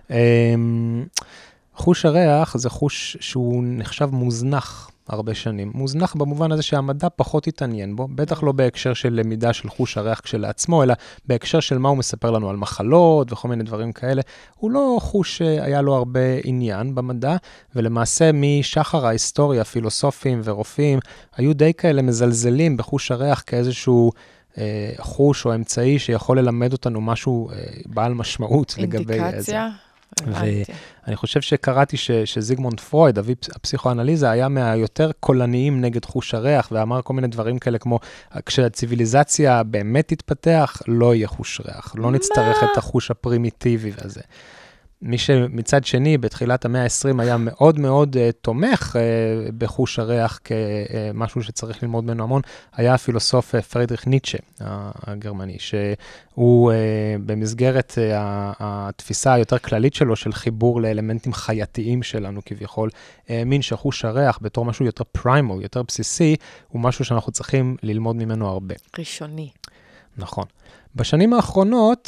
חוש הריח זה חוש שהוא נחשב מוזנח הרבה שנים. מוזנח במובן הזה שהמדע פחות התעניין בו, בטח לא בהקשר של למידה של חוש הריח כשלעצמו, אלא בהקשר של מה הוא מספר לנו על מחלות וכל מיני דברים כאלה. הוא לא חוש שהיה לו הרבה עניין במדע, ולמעשה משחר ההיסטוריה, פילוסופים ורופאים, היו די כאלה מזלזלים בחוש הריח כאיזשהו חוש או אמצעי שיכול ללמד אותנו משהו בעל משמעות לגבי זה. אינדיקציה? ואני חושב שקראתי שזיגמונד פרויד, אבי הפסיכואנליזה, היה מהיותר קולניים נגד חוש הריח, ואמר כל מיני דברים כאלה כמו, כשהציביליזציה באמת תתפתח, לא יהיה חוש ריח. לא נצטרך את החוש הפרימיטיבי הזה. מי שמצד שני, בתחילת המאה ה-20, היה מאוד מאוד תומך בחוש הריח כמשהו שצריך ללמוד ממנו המון, היה הפילוסוף פרידריך ניטשה, הגרמני, שהוא במסגרת התפיסה היותר כללית שלו, של חיבור לאלמנטים חייתיים שלנו כביכול, האמין שחוש הריח בתור משהו יותר פריימל, יותר בסיסי, הוא משהו שאנחנו צריכים ללמוד ממנו הרבה. ראשוני. נכון. בשנים האחרונות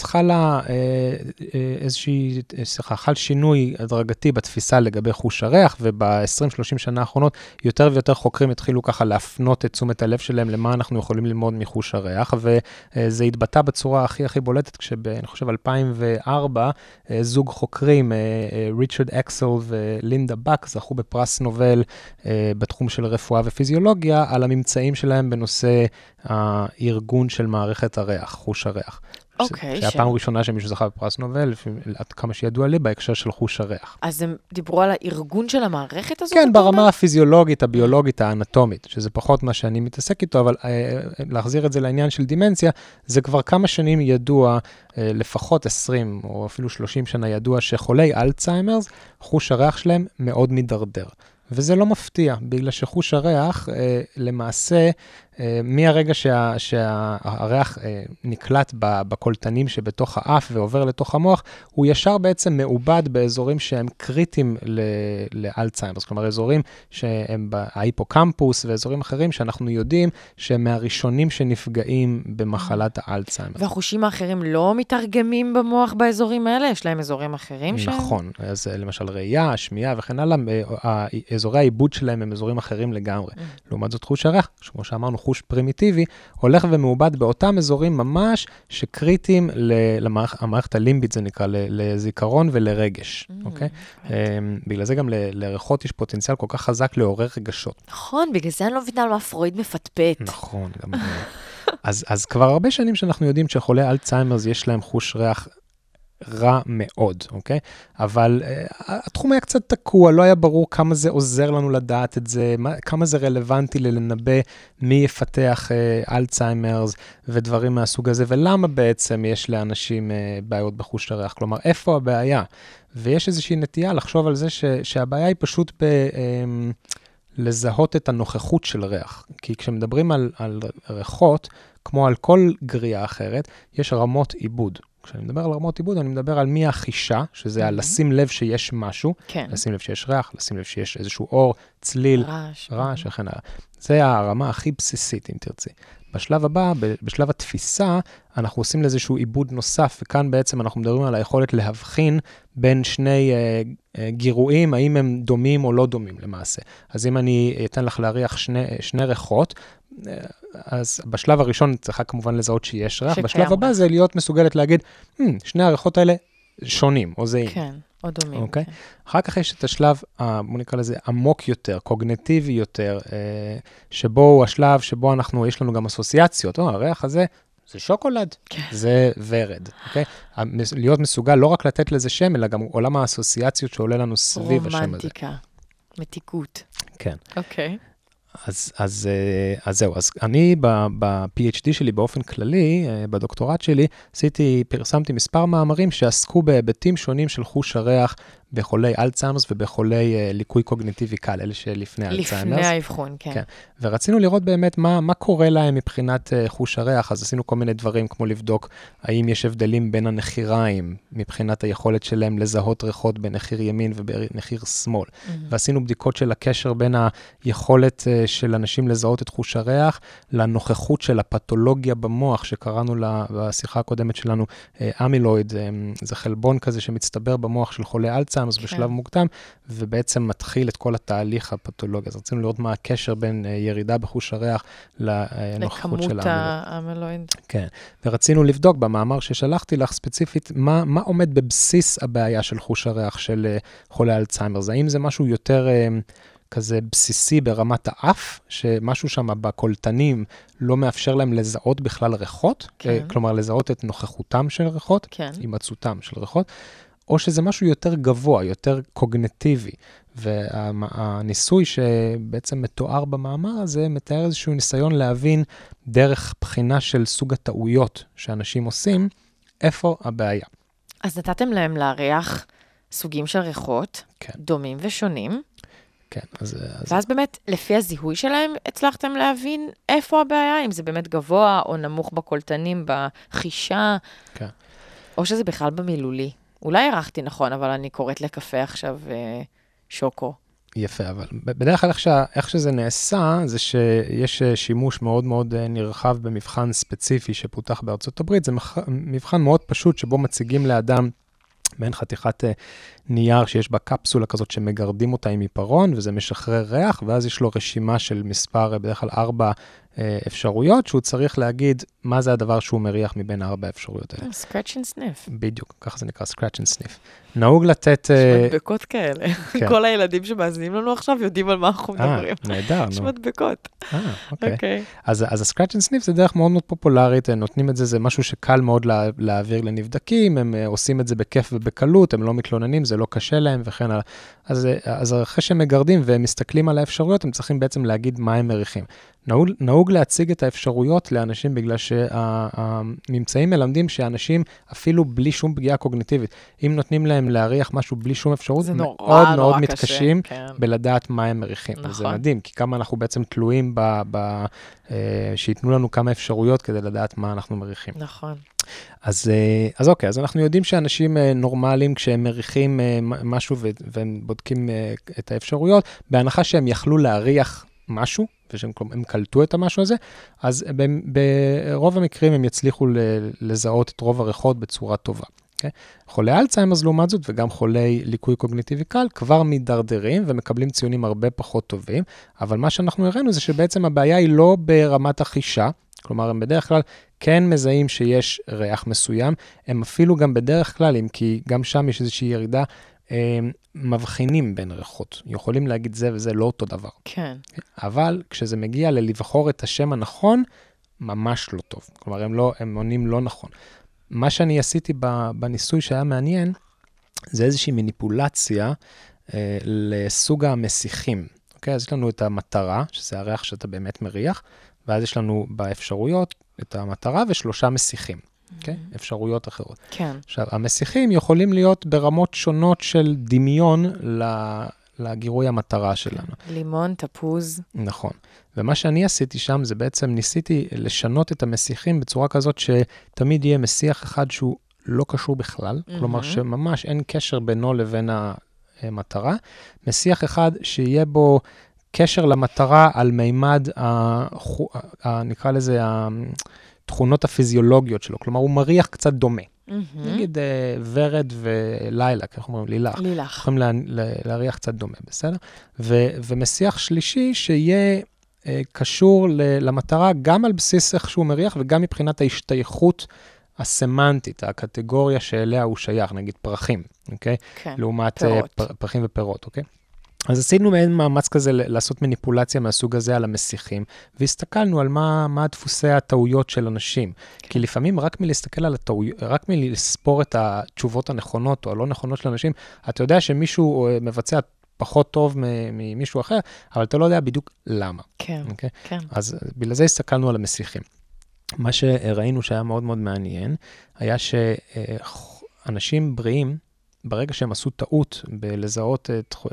חל שינוי הדרגתי בתפיסה לגבי חוש הריח, וב-20-30 שנה האחרונות יותר ויותר חוקרים התחילו ככה להפנות את תשומת הלב שלהם למה אנחנו יכולים ללמוד מחוש הריח, וזה התבטא בצורה הכי בולטת, כשאני חושב 2004, זוג חוקרים, ריצ'רד אקסל ולינדה בק, זכו בפרס נובל בתחום של רפואה ופיזיולוגיה, על הממצאים שלהם בנושא הארגון של מערכת הריח, חוש הריח. אוקיי. זה הפעם הראשונה שמישהו זכה בפרס נובל, עד כמה שידוע לי, בהקשר של חוש הריח. אז הם דיברו על הארגון של המערכת הזאת? כן, ברמה הפיזיולוגית, הביולוגית, האנטומית, שזה פחות מה שאני מתעסק איתו, אבל להחזיר את זה לעניין של דימנציה, זה כבר כמה שנים ידוע, לפחות 20 או אפילו 30 שנה ידוע, שחולי אלצהיימרס, חוש הריח שלהם מאוד מדרדר. וזה לא מפתיע, בגלל שחוש הריח למעשה מהרגע שהריח נקלט בקולטנים שבתוך האף ועובר לתוך המוח, הוא ישר בעצם מעובד באזורים שהם קריטיים לאלצהיימרס, כלומר אזורים שהם בהיפוקמפוס ואזורים אחרים שאנחנו יודעים שהם מהראשונים שנפגעים במחלת האלצהיימרס. והחושים האחרים לא מתרגמים במוח באזורים האלה? יש להם אזורים אחרים שם? נכון, אז למשל ראייה, שמיעה וכן הלאה, אזורי העיבוד שלהם הם אזורים אחרים לגמרי. לעומת זאת חוש הריח, כמו שאמרנו, חוש פרימיטיבי, הולך ומעובד באותם אזורים ממש שקריטיים למערכת הלימבית, זה נקרא, לזיכרון ולרגש, אוקיי? בגלל זה גם לריחות יש פוטנציאל כל כך חזק לעורר רגשות. נכון, בגלל זה אני לא מבינה על מה פרויד מפטפט. נכון, גם אז כבר הרבה שנים שאנחנו יודעים שחולי אלצהיימרס יש להם חוש ריח רע מאוד, אוקיי? אבל התחום היה קצת תקוע, לא היה ברור כמה זה עוזר לנו לדעת את זה, כמה זה רלוונטי לנבא מי יפתח אלצהיימרס ודברים מהסוג הזה, ולמה בעצם יש לאנשים בעיות בחוש הריח, כלומר, איפה הבעיה? ויש איזושהי נטייה לחשוב על זה שהבעיה היא פשוט לזהות את הנוכחות של ריח. כי כשמדברים על ריחות, כמו על כל גריעה אחרת, יש רמות עיבוד. כשאני מדבר על רמות עיבוד, אני מדבר על מי החישה, שזה על לשים לב שיש משהו, לשים לב שיש ריח, לשים לב שיש איזשהו אור, צליל, רעש וכן הלאה. זה הרמה הכי בסיסית, אם תרצי. בשלב הבא, בשלב התפיסה, אנחנו עושים לאיזשהו עיבוד נוסף, וכאן בעצם אנחנו מדברים על היכולת להבחין בין שני גירויים, האם הם דומים או לא דומים למעשה. אז אם אני אתן לך להריח שני ריחות, אז בשלב הראשון צריכה כמובן לזהות שיש ריח, בשלב הבא זה להיות מסוגלת להגיד, שני הריחות האלה שונים או זהים. כן, או דומים. אוקיי? אחר כך יש את השלב, בוא נקרא לזה עמוק יותר, קוגניטיבי יותר, שבו הוא השלב שבו יש לנו גם אסוציאציות, הריח הזה זה שוקולד, זה ורד, אוקיי? להיות מסוגל לא רק לתת לזה שם, אלא גם עולם האסוציאציות שעולה לנו סביב השם הזה. רומנטיקה, מתיקות. כן. אוקיי. אז זהו, אז אני ב-PhD שלי באופן כללי, בדוקטורט שלי, פרסמתי מספר מאמרים שעסקו בהיבטים שונים של חוש הריח בחולי אלצהיימרס ובחולי ליקוי קוגניטיבי קל, אלה שלפני אלצהיימרס. לפני האבחון, כן. ורצינו לראות באמת מה קורה להם מבחינת חוש הריח, אז עשינו כל מיני דברים כמו לבדוק האם יש הבדלים בין הנחיריים, מבחינת היכולת שלהם לזהות ריחות בנחיר ימין ובנחיר שמאל. ועשינו בדיקות של הקשר בין היכולת של אנשים לזהות את חוש הריח, לנוכחות של הפתולוגיה במוח, שקראנו בשיחה הקודמת שלנו, אמילויד, זה חלבון כזה שמצטבר במוח של חולי אלצהיימרס בשלב מוקדם, ובעצם מתחיל את כל התהליך הפתולוגי. אז רצינו לראות מה הקשר בין ירידה בחוש הריח לנוכחות של האמילויד. כן, ורצינו לבדוק במאמר ששלחתי לך ספציפית, מה עומד בבסיס הבעיה של חוש הריח של חולי אלצהיימרס. האם זה משהו יותר כזה בסיסי ברמת האף, שמשהו שם בקולטנים לא מאפשר להם לזהות בכלל ריחות, כלומר לזהות את נוכחותם של ריחות, הימצאותם של ריחות, או שזה משהו יותר גבוה, יותר קוגניטיבי. והניסוי שבעצם מתואר במאמר הזה, מתאר איזשהו ניסיון להבין דרך בחינה של סוג הטעויות שאנשים עושים, איפה הבעיה. אז נתתם להם להריח סוגים של ריחות, דומים ושונים. כן, ואז באמת, לפי הזיהוי שלהם, הצלחתם להבין איפה הבעיה, אם זה באמת גבוה או נמוך בקולטנים, בחישה, או שזה בכלל במילולי. אולי ערכתי נכון, אבל אני קוראת לקפה עכשיו שוקו. יפה, אבל בדרך כלל איך שזה נעשה, זה שיש שימוש מאוד מאוד נרחב במבחן ספציפי שפותח בארצות הברית. זה מבחן מאוד פשוט שבו מציגים לאדם מעין חתיכת נייר שיש בה קפסולה כזאת שמגרדים אותה עם עיפרון, וזה משחרר ריח, ואז יש לו רשימה של מספר, בדרך כלל 4 אפשרויות, שהוא צריך להגיד מה זה הדבר שהוא מריח מבין 4 האפשרויות האלה. Scratch and sniff. בדיוק, ככה זה נקרא, Scratch and sniff. נהוג לתת... יש מדבקות כאלה. כל הילדים שמאזינים לנו עכשיו יודעים על מה אנחנו מדברים. נהדר, נו. יש מדבקות. אוקיי. אז ה-Scratch and sniff זה דרך מאוד מאוד פופולרית, נותנים את זה, זה משהו שקל מאוד להעביר לנבדקים, הם עושים את זה בכיף ובקלות, הם לא מתלוננים, זה לא קשה להם וכן הלאה. אז אחרי שהם מגרדים והם מסתכלים על האפשרויות, הם צריכים בעצם להגיד מה הם מריחים. נהוג נהוג להציג את האפשרויות לאנשים, בגלל שהממצאים מלמדים שאנשים, אפילו בלי שום פגיעה קוגניטיבית, אם נותנים להם להריח משהו בלי שום אפשרות, מאוד מאוד מתקשים בלדעת מה הם מריחים. וזה מדהים, כי כמה אנחנו בעצם תלויים שיתנו לנו כמה אפשרויות כדי לדעת מה אנחנו מריחים. נכון. אז אוקיי, אז אנחנו יודעים שאנשים נורמליים, כשהם מריחים משהו והם בודקים את האפשרויות, בהנחה שהם יכלו להריח משהו, ושהם קלטו את המשהו הזה, אז ברוב המקרים הם יצליחו לזהות את רוב הריחות בצורה טובה. Okay? חולי אלצהיימר, לעומת זאת, וגם חולי ליקוי קוגניטיבי קל, כבר מדרדרים ומקבלים ציונים הרבה פחות טובים, אבל מה שאנחנו הראינו זה שבעצם הבעיה היא לא ברמת החישה, כלומר, הם בדרך כלל כן מזהים שיש ריח מסוים, הם אפילו גם בדרך כלל, אם כי גם שם יש איזושהי ירידה, מבחינים בין ריחות. יכולים להגיד זה וזה לא אותו דבר. כן. אבל כשזה מגיע לבחור את השם הנכון, ממש לא טוב. כלומר, הם עונים לא נכון. מה שאני עשיתי בניסוי שהיה מעניין, זה איזושהי מניפולציה לסוג המסיכים. אוקיי? אז יש לנו את המטרה, שזה הריח שאתה באמת מריח, ואז יש לנו באפשרויות את המטרה ושלושה מסיכים. אוקיי? אפשרויות אחרות. כן. עכשיו, המסיכים יכולים להיות ברמות שונות של דמיון לגירוי המטרה שלנו. לימון, תפוז. נכון. ומה שאני עשיתי שם, זה בעצם ניסיתי לשנות את המסיכים בצורה כזאת שתמיד יהיה מסיח אחד שהוא לא קשור בכלל, כלומר שממש אין קשר בינו לבין המטרה. מסיח אחד שיהיה בו קשר למטרה על מימד, נקרא לזה, התכונות הפיזיולוגיות שלו. כלומר, הוא מריח קצת דומה. נגיד ורד ולילה, כך אומרים, לילך. לילך. יכולים להריח קצת דומה, בסדר? ומסיח שלישי שיהיה קשור למטרה גם על בסיס איך שהוא מריח וגם מבחינת ההשתייכות הסמנטית, הקטגוריה שאליה הוא שייך, נגיד פרחים, אוקיי? כן, לעומת פירות. פרחים ופירות, אוקיי? אז עשינו מעין מאמץ כזה לעשות מניפולציה מהסוג הזה על המסיכים, והסתכלנו על מה דפוסי הטעויות של אנשים. כן. כי לפעמים רק מלהסתכל על הטעויות, רק מלספור את התשובות הנכונות או הלא נכונות של אנשים, אתה יודע שמישהו מבצע פחות טוב ממישהו אחר, אבל אתה לא יודע בדיוק למה. כן, אוקיי? כן. אז בגלל זה הסתכלנו על המסיכים. מה שראינו שהיה מאוד מאוד מעניין, היה שאנשים בריאים, ברגע שהם עשו טעות בלזהות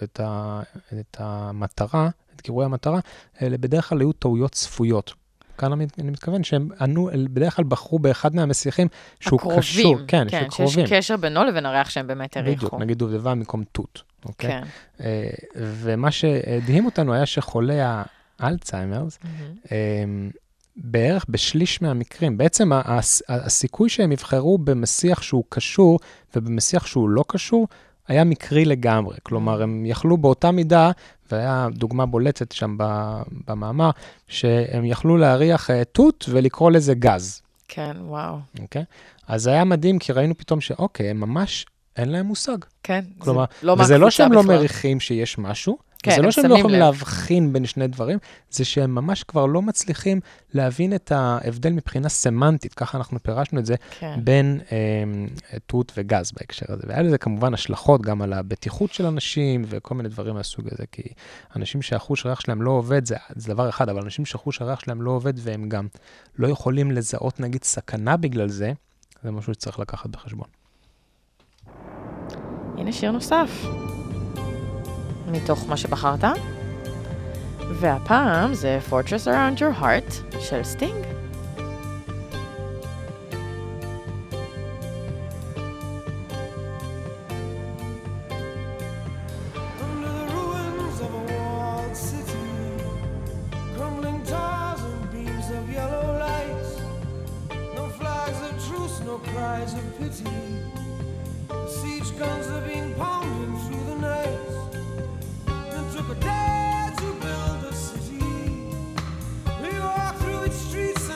את המטרה, את גירוי המטרה, אלה בדרך כלל היו טעויות צפויות. כאן אני מתכוון שהם בדרך כלל בחרו באחד מהמסיכים שהוא קשור. כן, שהוא קרובים. שיש קשר בינו לבין הריח שהם באמת הריחו. בדיוק, נגיד דובדבן במקום תות. אוקיי? כן. ומה שהדהים אותנו היה שחולי האלצהיימר, בערך בשליש מהמקרים, בעצם הסיכוי שהם יבחרו במסיח שהוא קשור ובמסיח שהוא לא קשור, היה מקרי לגמרי. כלומר, הם יכלו באותה מידה, והיה דוגמה בולטת שם במאמר, שהם יכלו להריח תות ולקרוא לזה גז. כן, וואו. אוקיי? אז זה היה מדהים, כי ראינו פתאום שאוקיי, הם ממש אין להם מושג. כן, כלומר, זה לא וזה לא שהם בכלל. לא מריחים שיש משהו, כן, זה לא שהם לא שמים יכולים לב. להבחין בין שני דברים, זה שהם ממש כבר לא מצליחים להבין את ההבדל מבחינה סמנטית, ככה אנחנו פירשנו את זה, כן. בין תות וגז בהקשר הזה. והיה לזה כמובן השלכות גם על הבטיחות של אנשים וכל מיני דברים מהסוג הזה, כי אנשים שהחוש הריח שלהם לא עובד, זה דבר אחד, אבל אנשים שהחוש הריח שלהם לא עובד והם גם לא יכולים לזהות נגיד סכנה בגלל זה, זה משהו שצריך לקחת בחשבון. הנה שיר נוסף. מתוך מה שבחרת. והפעם זה Fortress Around Your Heart של סטינג. Streets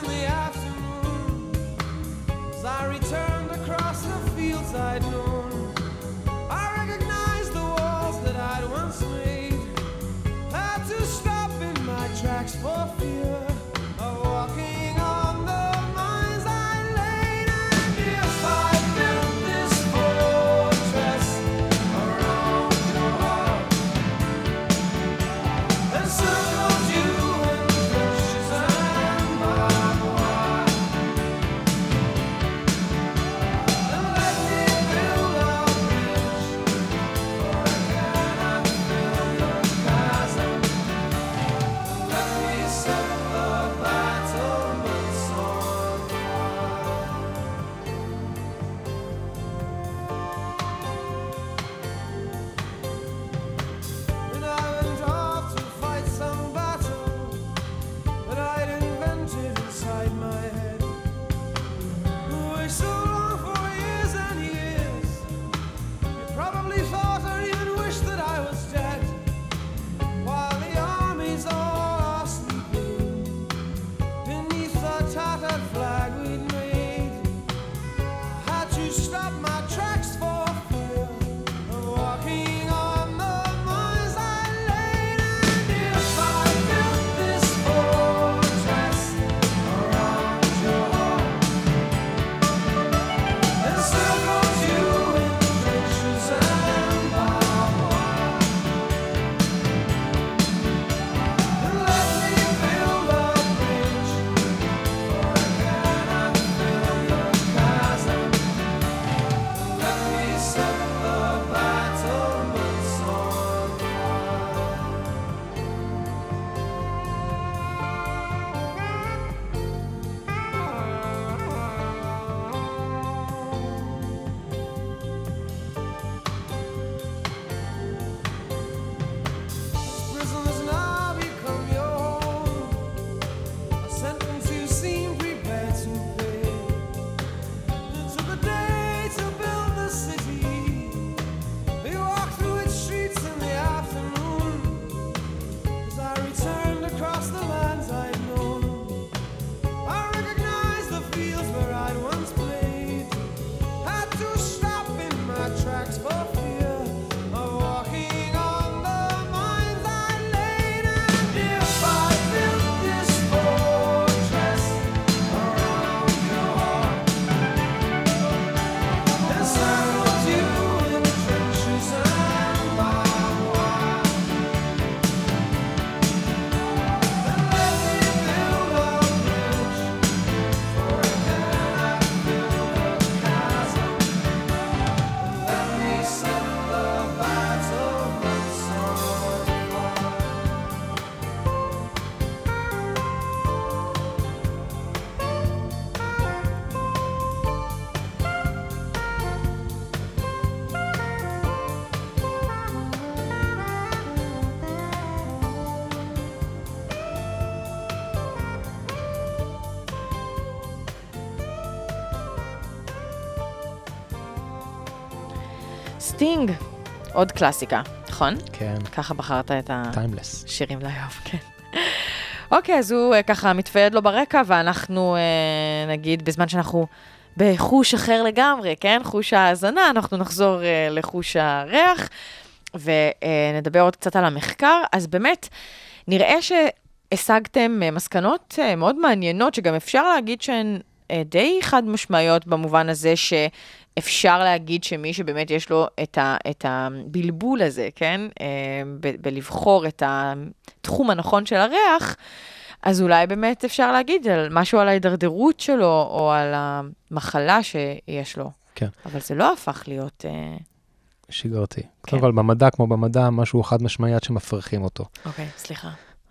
סטינג, עוד קלאסיקה, נכון? כן. ככה בחרת את טיימלס. השירים להיום, כן. אוקיי, אז הוא ככה מתפייד לו ברקע, ואנחנו נגיד, בזמן שאנחנו בחוש אחר לגמרי, כן? חוש ההאזנה, אנחנו נחזור לחוש הריח, ונדבר עוד קצת על המחקר. אז באמת, נראה שהשגתם מסקנות מאוד מעניינות, שגם אפשר להגיד שהן די חד משמעיות במובן הזה שאפשר להגיד שמי שבאמת יש לו את הבלבול הזה, כן? בלבחור את התחום הנכון של הריח, אז אולי באמת אפשר להגיד על משהו על ההידרדרות שלו, או על המחלה שיש לו. כן. אבל זה לא הפך להיות שגרתי. כן. קודם כל, במדע, כמו במדע, משהו חד משמעי עד שמפריחים אותו. אוקיי, סליחה.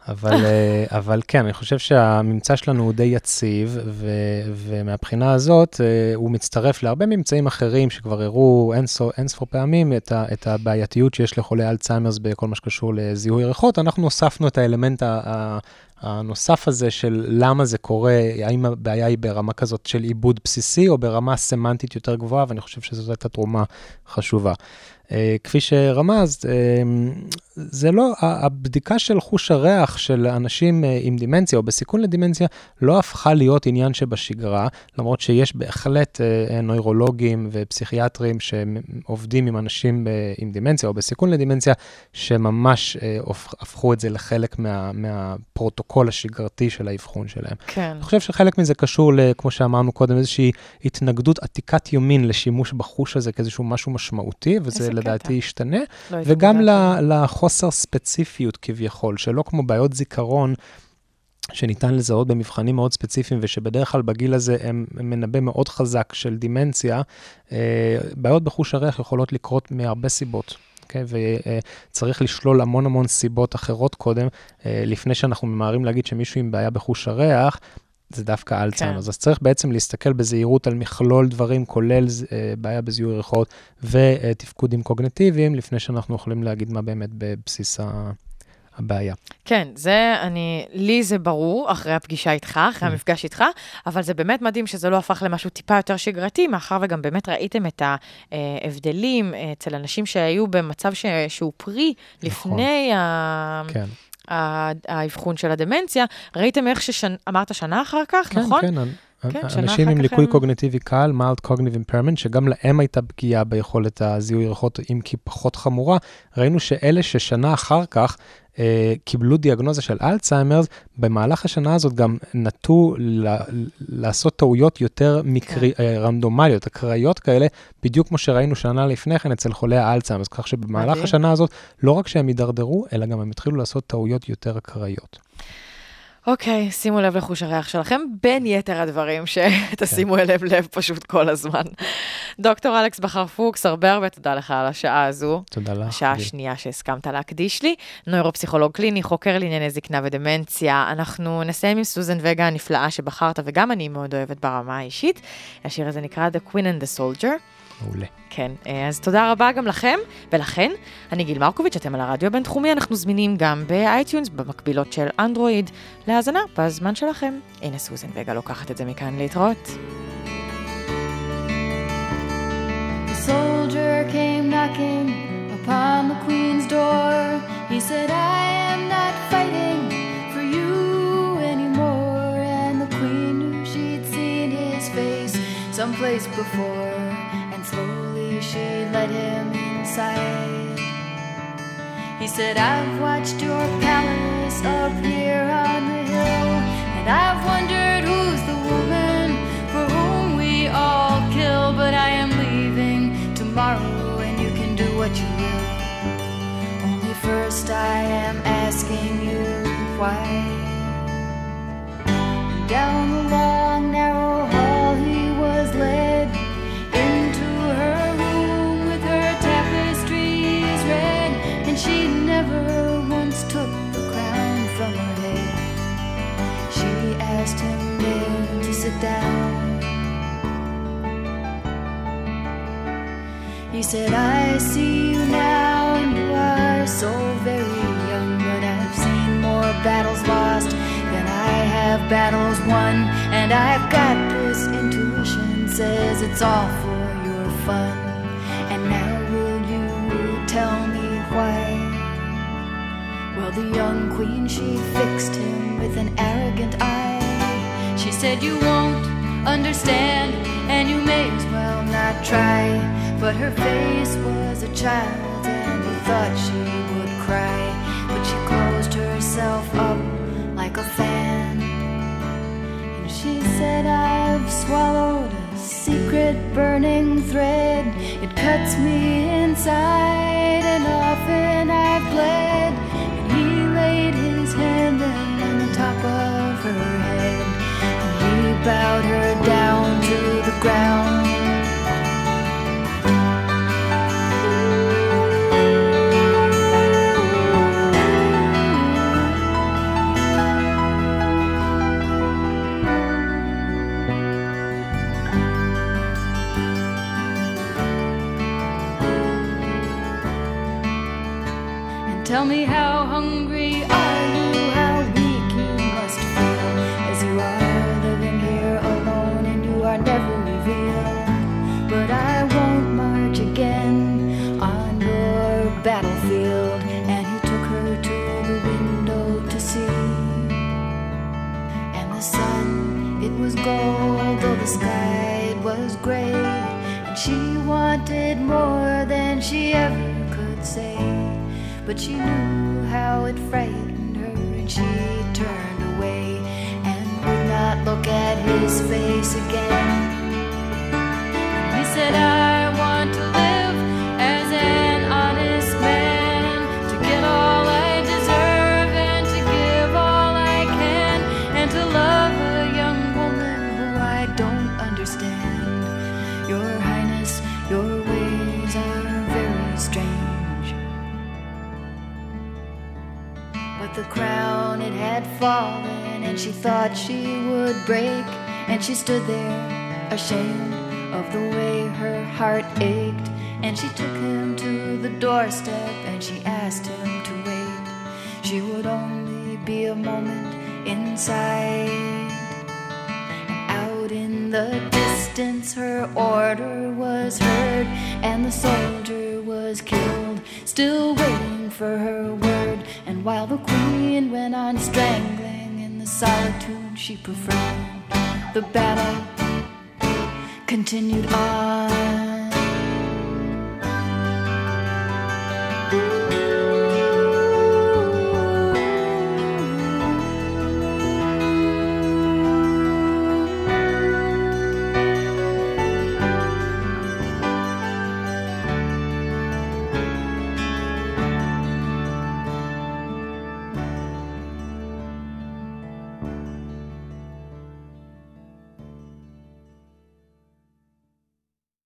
אבל כן, אני חושב שהממצא שלנו הוא די יציב, ומהבחינה הזאת הוא מצטרף להרבה ממצאים אחרים שכבר הראו אין ספור פעמים את הבעייתיות שיש לחולי אלצהיימרס בכל מה שקשור לזיהוי ריחות. אנחנו הוספנו את האלמנט הנוסף הזה של למה זה קורה, האם הבעיה היא ברמה כזאת של עיבוד בסיסי או ברמה סמנטית יותר גבוהה, ואני חושב שזאת הייתה תרומה חשובה. כפי שרמז, זה לא, הבדיקה של חוש הריח של אנשים עם דימנציה או בסיכון לדימנציה לא הפכה להיות עניין שבשגרה, למרות שיש בהחלט נוירולוגים ופסיכיאטרים שעובדים עם אנשים עם דימנציה או בסיכון לדימנציה, שממש הפכו את זה לחלק מהפרוטוקול השגרתי של האבחון שלהם. כן. אני חושב שחלק מזה קשור, כמו שאמרנו קודם, איזושהי התנגדות עתיקת יומין לשימוש בחוש הזה כאיזשהו משהו משמעותי, וזה לדעתי ישתנה, וגם לחוסר ספציפיות כביכול, שלא כמו בעיות זיכרון, שניתן לזהות במבחנים מאוד ספציפיים, ושבדרך כלל בגיל הזה הם מנבא מאוד חזק של דימנציה, בעיות בחוש הריח יכולות לקרות מהרבה סיבות. Okay, וצריך לשלול המון סיבות אחרות קודם, לפני שאנחנו ממהרים להגיד שמישהו עם בעיה בחוש הריח, זה דווקא אלצהיימר. אז צריך בעצם להסתכל בזהירות על מכלול דברים, כולל בעיה בזיהוי ריחות ותפקודים קוגניטיביים, לפני שאנחנו יכולים להגיד מה באמת בבסיס הבעיה. כן, לי זה ברור, אחרי הפגישה איתך, אחרי המפגש איתך, אבל זה באמת מדהים שזה לא הפך למשהו טיפה יותר שגרתי, מאחר וגם באמת ראיתם את ההבדלים אצל אנשים שהיו במצב שהוא פרי לפני האבחון של הדמנציה. ראיתם איך אמרת שנה אחר כך, נכון? כן, אנשים עם ליקוי קוגניטיבי קל, mild cognitive impairment, שגם להם הייתה פגיעה ביכולת הזיהוי ריחות, אם כי פחות חמורה, ראינו שאלה ששנה אחר כך קיבלו דיאגנוזה של אלצהיימרס, במהלך השנה הזאת גם נטו לעשות טעויות יותר רנדומליות, אקראיות כאלה, בדיוק כמו שראינו שנה לפני כן אצל חולי האלצהיימרס, כך שבמהלך השנה הזאת לא רק שהם יידרדרו, אלא גם הם התחילו לעשות טעויות יותר אקראיות. אוקיי, שימו לב לחוש הריח שלכם, בין יתר הדברים שתשימו לב פשוט כל הזמן. דוקטור אלכס בכר פוקס, הרבה תודה לך על השעה הזו. תודה לך. השעה השנייה שהסכמת להקדיש לי. נוירופסיכולוג קליני, חוקר לענייני זקנה ודמנציה. אנחנו נסיים עם סוזן וגה הנפלאה שבחרת, וגם אני מאוד אוהבת ברמה האישית. השיר הזה נקרא The Queen and the Soldier. מעולה. כן, אז תודה רבה גם לכם, ולכן, אני גיל מרקוביץ', אתם על הרדיו הבינתחומי, אנחנו זמינים גם באייטיונס, במקבילות של אנדרואיד, להאזנה בזמן שלכם. הנה סוזן וגה לוקחת את זה מכאן להתראות. The soldier came knocking upon the queen's door. He said, I am not fighting for you anymore. And the queen knew she'd seen his face someplace before. Slowly she led him inside. He said, I've watched your palace up here on the hill, and I've wondered who's the woman for whom we all kill. But I am leaving tomorrow, and you can do what you will. Only first I am asking you why. And down the long narrow hall he was led, she never once took the crown from her head. She asked him then to sit down. He said, I see you now and you are so very young, but I've seen more battles lost than I have battles won. And I've got this intuition says it's all for your fun. And now will you tell me why. Well, the young queen, she fixed him with an arrogant eye. She said, you won't understand, and you may as well not try. But her face was a child, and he thought she would cry. But she closed herself up like a fan, and she said, I've swallowed a secret burning thread. It cuts me inside, and often I've bled. And he laid his hand then on the top of her head, and he bowed her down to the ground. Tell me, how hungry are you? How weak you must feel as you are living here alone and you are never revealed. But I won't march again on your battlefield. And he took her to the window to see. And the sun, it was gold, though the sky, it was gray. And she wanted more than she ever could say. But she knew how it frightened her, and she turned away and would not look at his face again. And he said, I want to live as an honest man, to get all I deserve and to give all I can, and to love a young woman who I don't understand. Your Highness, your ways are very strange. But the crown, it had fallen, and she thought she would break. And she stood there, ashamed of the way her heart ached. And she took him to the doorstep, and she asked him to wait. She would only be a moment inside. And out in the distance her order was heard, and the soldier was killed, still waiting for her word. And while the queen went on strangling in the solitude she preferred, the battle continued on.